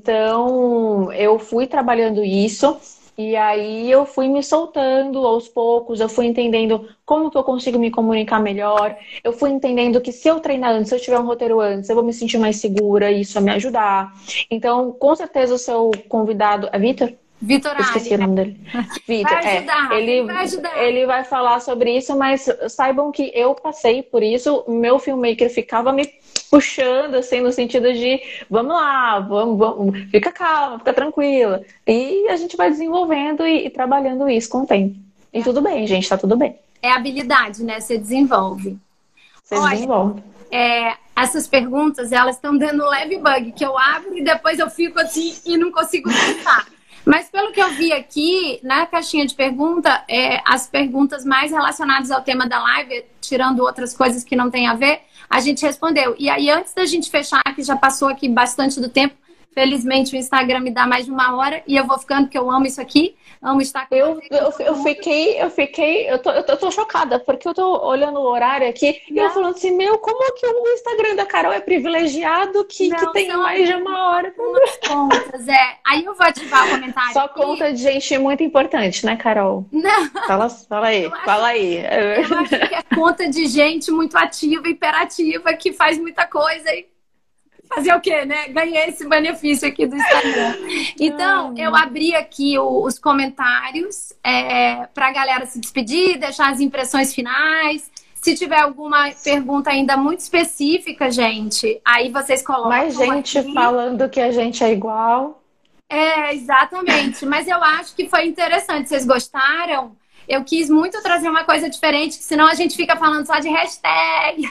Então, eu fui trabalhando isso e aí eu fui me soltando aos poucos, eu fui entendendo como que eu consigo me comunicar melhor, eu fui entendendo que se eu treinar antes, se eu tiver um roteiro antes, eu vou me sentir mais segura e isso vai me ajudar. Então, com certeza o seu convidado... É Vitor? Vitor Eu esqueci Ali, o né? nome dele. Vitor, Vai ajudar, é. ele Ele, vai ajudar. ele vai falar sobre isso, mas saibam que eu passei por isso. Meu filmmaker ficava me puxando, assim, no sentido de vamos lá, vamos, vamos, fica calma, fica tranquila. E a gente vai desenvolvendo e, e trabalhando isso com o tempo. E É, tudo bem, gente, tá tudo bem. é habilidade, né? Você desenvolve. Você Olha, desenvolve. é, essas perguntas, elas estão dando leve bug, que eu abro e depois eu fico assim e não consigo pensar. Mas pelo que eu vi aqui, na caixinha de pergunta, é, as perguntas mais relacionadas ao tema da live, tirando outras coisas que não tem a ver, a gente respondeu. E aí, antes da gente fechar, que já passou aqui bastante do tempo, felizmente o Instagram me dá mais de uma hora e eu vou ficando, porque eu amo isso aqui, amo estar com Eu, vocês. eu, eu fiquei, eu fiquei, eu tô, eu tô, eu tô chocada, porque eu tô olhando o horário aqui e eu Não. falando assim, meu, como que o Instagram da Carol é privilegiado que, que Não, tem são mais de uma hora? algumas contas, é. Aí eu vou ativar o comentário Só aqui. conta de gente muito importante, né, Carol? Não, Fala, fala aí, Eu acho- fala aí. eu acho que é conta de gente muito ativa, hiperativa, que faz muita coisa e fazer o quê, né? Ganhei esse benefício aqui do Instagram. Então, eu abri aqui o- os comentários é, para a galera se despedir, deixar as impressões finais. Se tiver alguma pergunta ainda muito específica, gente, aí vocês colocam. Mais gente aqui. falando que a gente é igual. É, exatamente. Mas eu acho que foi interessante. Vocês gostaram? Eu quis muito trazer uma coisa diferente, que senão a gente fica falando só de hashtag.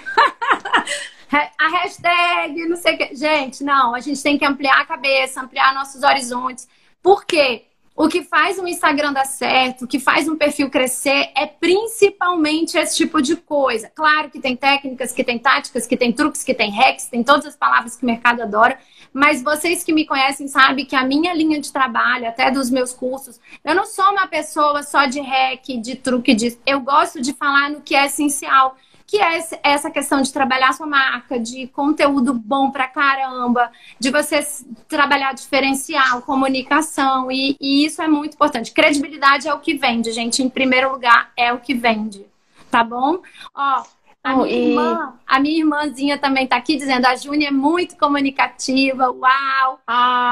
A hashtag, não sei o que. Gente, não, a gente tem que ampliar a cabeça, ampliar nossos horizontes. Por quê? O que faz um Instagram dar certo, o que faz um perfil crescer é principalmente esse tipo de coisa. Claro que tem técnicas, que tem táticas, que tem truques, que tem hacks, tem todas as palavras que o mercado adora, mas vocês que me conhecem sabem que a minha linha de trabalho, até dos meus cursos, eu não sou uma pessoa só de hack, de truque, de... eu gosto de falar no que é essencial, que é essa questão de trabalhar sua marca, de conteúdo bom pra caramba, de você trabalhar diferencial, comunicação, e, e isso é muito importante. Credibilidade é o que vende, gente. Em primeiro lugar, é o que vende. Tá bom? Ó, a, Não, minha, e- irmã, a minha irmãzinha também tá aqui dizendo, a Júnia é muito comunicativa, uau!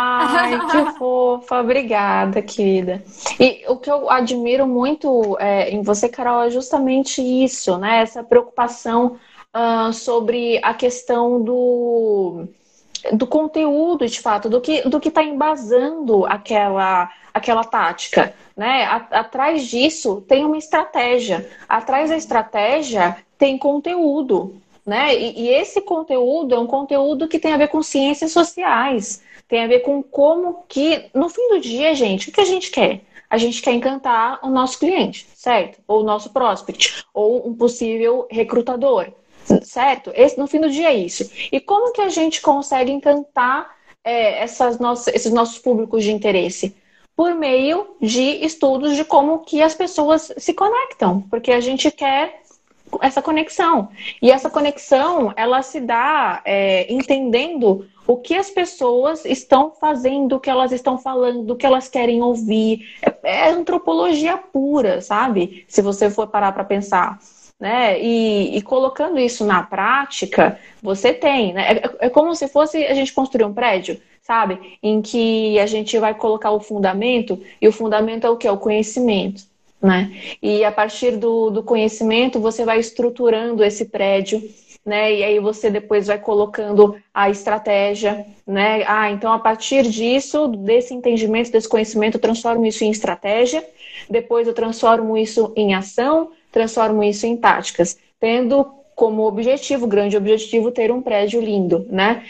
Ai, que fofa, obrigada, querida. E o que eu admiro muito é, em você, Carol, é justamente isso, né? Essa preocupação ah, sobre a questão do, do conteúdo, de fato, do que do que está embasando aquela, aquela tática, né? A- atrás disso tem uma estratégia. Atrás da estratégia tem conteúdo, né? E, e esse conteúdo é um conteúdo que tem a ver com ciências sociais, tem a ver com como que, no fim do dia, gente, o que a gente quer? A gente quer encantar o nosso cliente, certo? Ou o nosso prospect, ou um possível recrutador, certo? Esse, no fim do dia é isso. E como que a gente consegue encantar é, essas nossas, esses nossos públicos de interesse? Por meio de estudos de como que as pessoas se conectam, porque a gente quer essa conexão. E essa conexão, ela se dá é, entendendo o que as pessoas estão fazendo, o que elas estão falando, o que elas querem ouvir. É, é antropologia pura, sabe? Se você for parar para pensar. Né? E, e colocando isso na prática, você tem, né? É, é como se fosse a gente construir um prédio, sabe? Em que a gente vai colocar o fundamento, e o fundamento é o que? É o conhecimento. Né? E a partir do, do conhecimento você vai estruturando esse prédio, né? E aí você depois vai colocando a estratégia, né? Ah, então a partir disso, desse entendimento, desse conhecimento, eu transformo isso em estratégia, depois eu transformo isso em ação, transformo isso em táticas, tendo como objetivo, grande objetivo, ter um prédio lindo, né?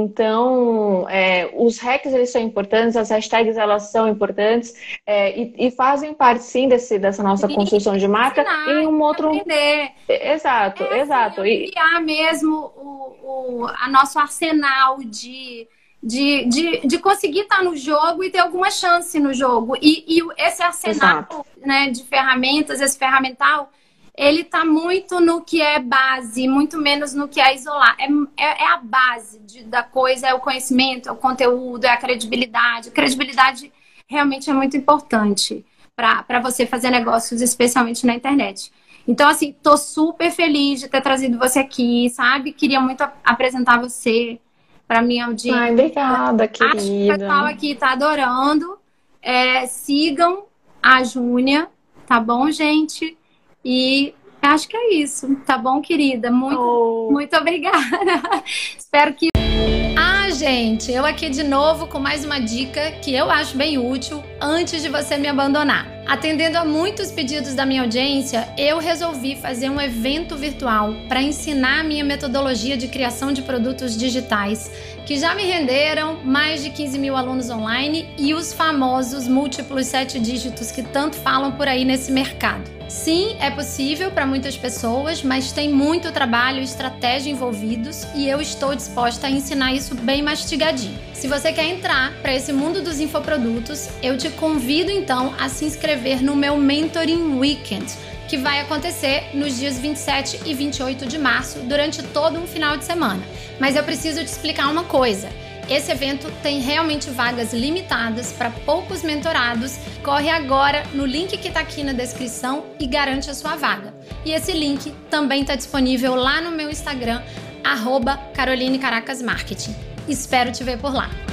Então, é, os hacks, eles são importantes, as hashtags, elas são importantes, é, e, e fazem parte, sim, desse, dessa nossa construção de marca Ensinar, em um outro... aprender. Exato, É, exato. assim, E, ampliar mesmo o, o a nosso arsenal de, de, de, de conseguir estar no jogo e ter alguma chance no jogo. E, e esse arsenal, né, de ferramentas, esse ferramental, ele está muito no que é base, muito menos no que é isolar. É, é, é a base de, da coisa, é o conhecimento, é o conteúdo, é a credibilidade. A credibilidade realmente é muito importante para você fazer negócios, especialmente na internet. Então, assim, tô super feliz de ter trazido você aqui, sabe? Queria muito a- apresentar você para minha audiência. ai, obrigada, Acho que o pessoal querida. aqui tá adorando. é, sigam a Júnia, tá bom, gente? E acho que é isso, tá bom, querida? Muito, oh. muito obrigada. Espero que... Ah, gente, eu aqui de novo com mais uma dica que eu acho bem útil antes de você me abandonar. Atendendo a muitos pedidos da minha audiência, eu resolvi fazer um evento virtual para ensinar a minha metodologia de criação de produtos digitais, que já me renderam mais de quinze mil alunos online e os famosos múltiplos sete dígitos que tanto falam por aí nesse mercado. Sim, é possível para muitas pessoas, mas tem muito trabalho e estratégia envolvidos e eu estou disposta a ensinar isso bem mastigadinho. Se você quer entrar para esse mundo dos infoprodutos, eu te convido então a se inscrever no meu Mentoring Weekend, que vai acontecer nos dias vinte e sete e vinte e oito de março, durante todo um final de semana. Mas eu preciso te explicar uma coisa. Esse evento tem realmente vagas limitadas para poucos mentorados. Corre agora no link que está aqui na descrição e garante a sua vaga. E esse link também está disponível lá no meu Instagram, arroba Caroline Caracas Marketing. Espero te ver por lá.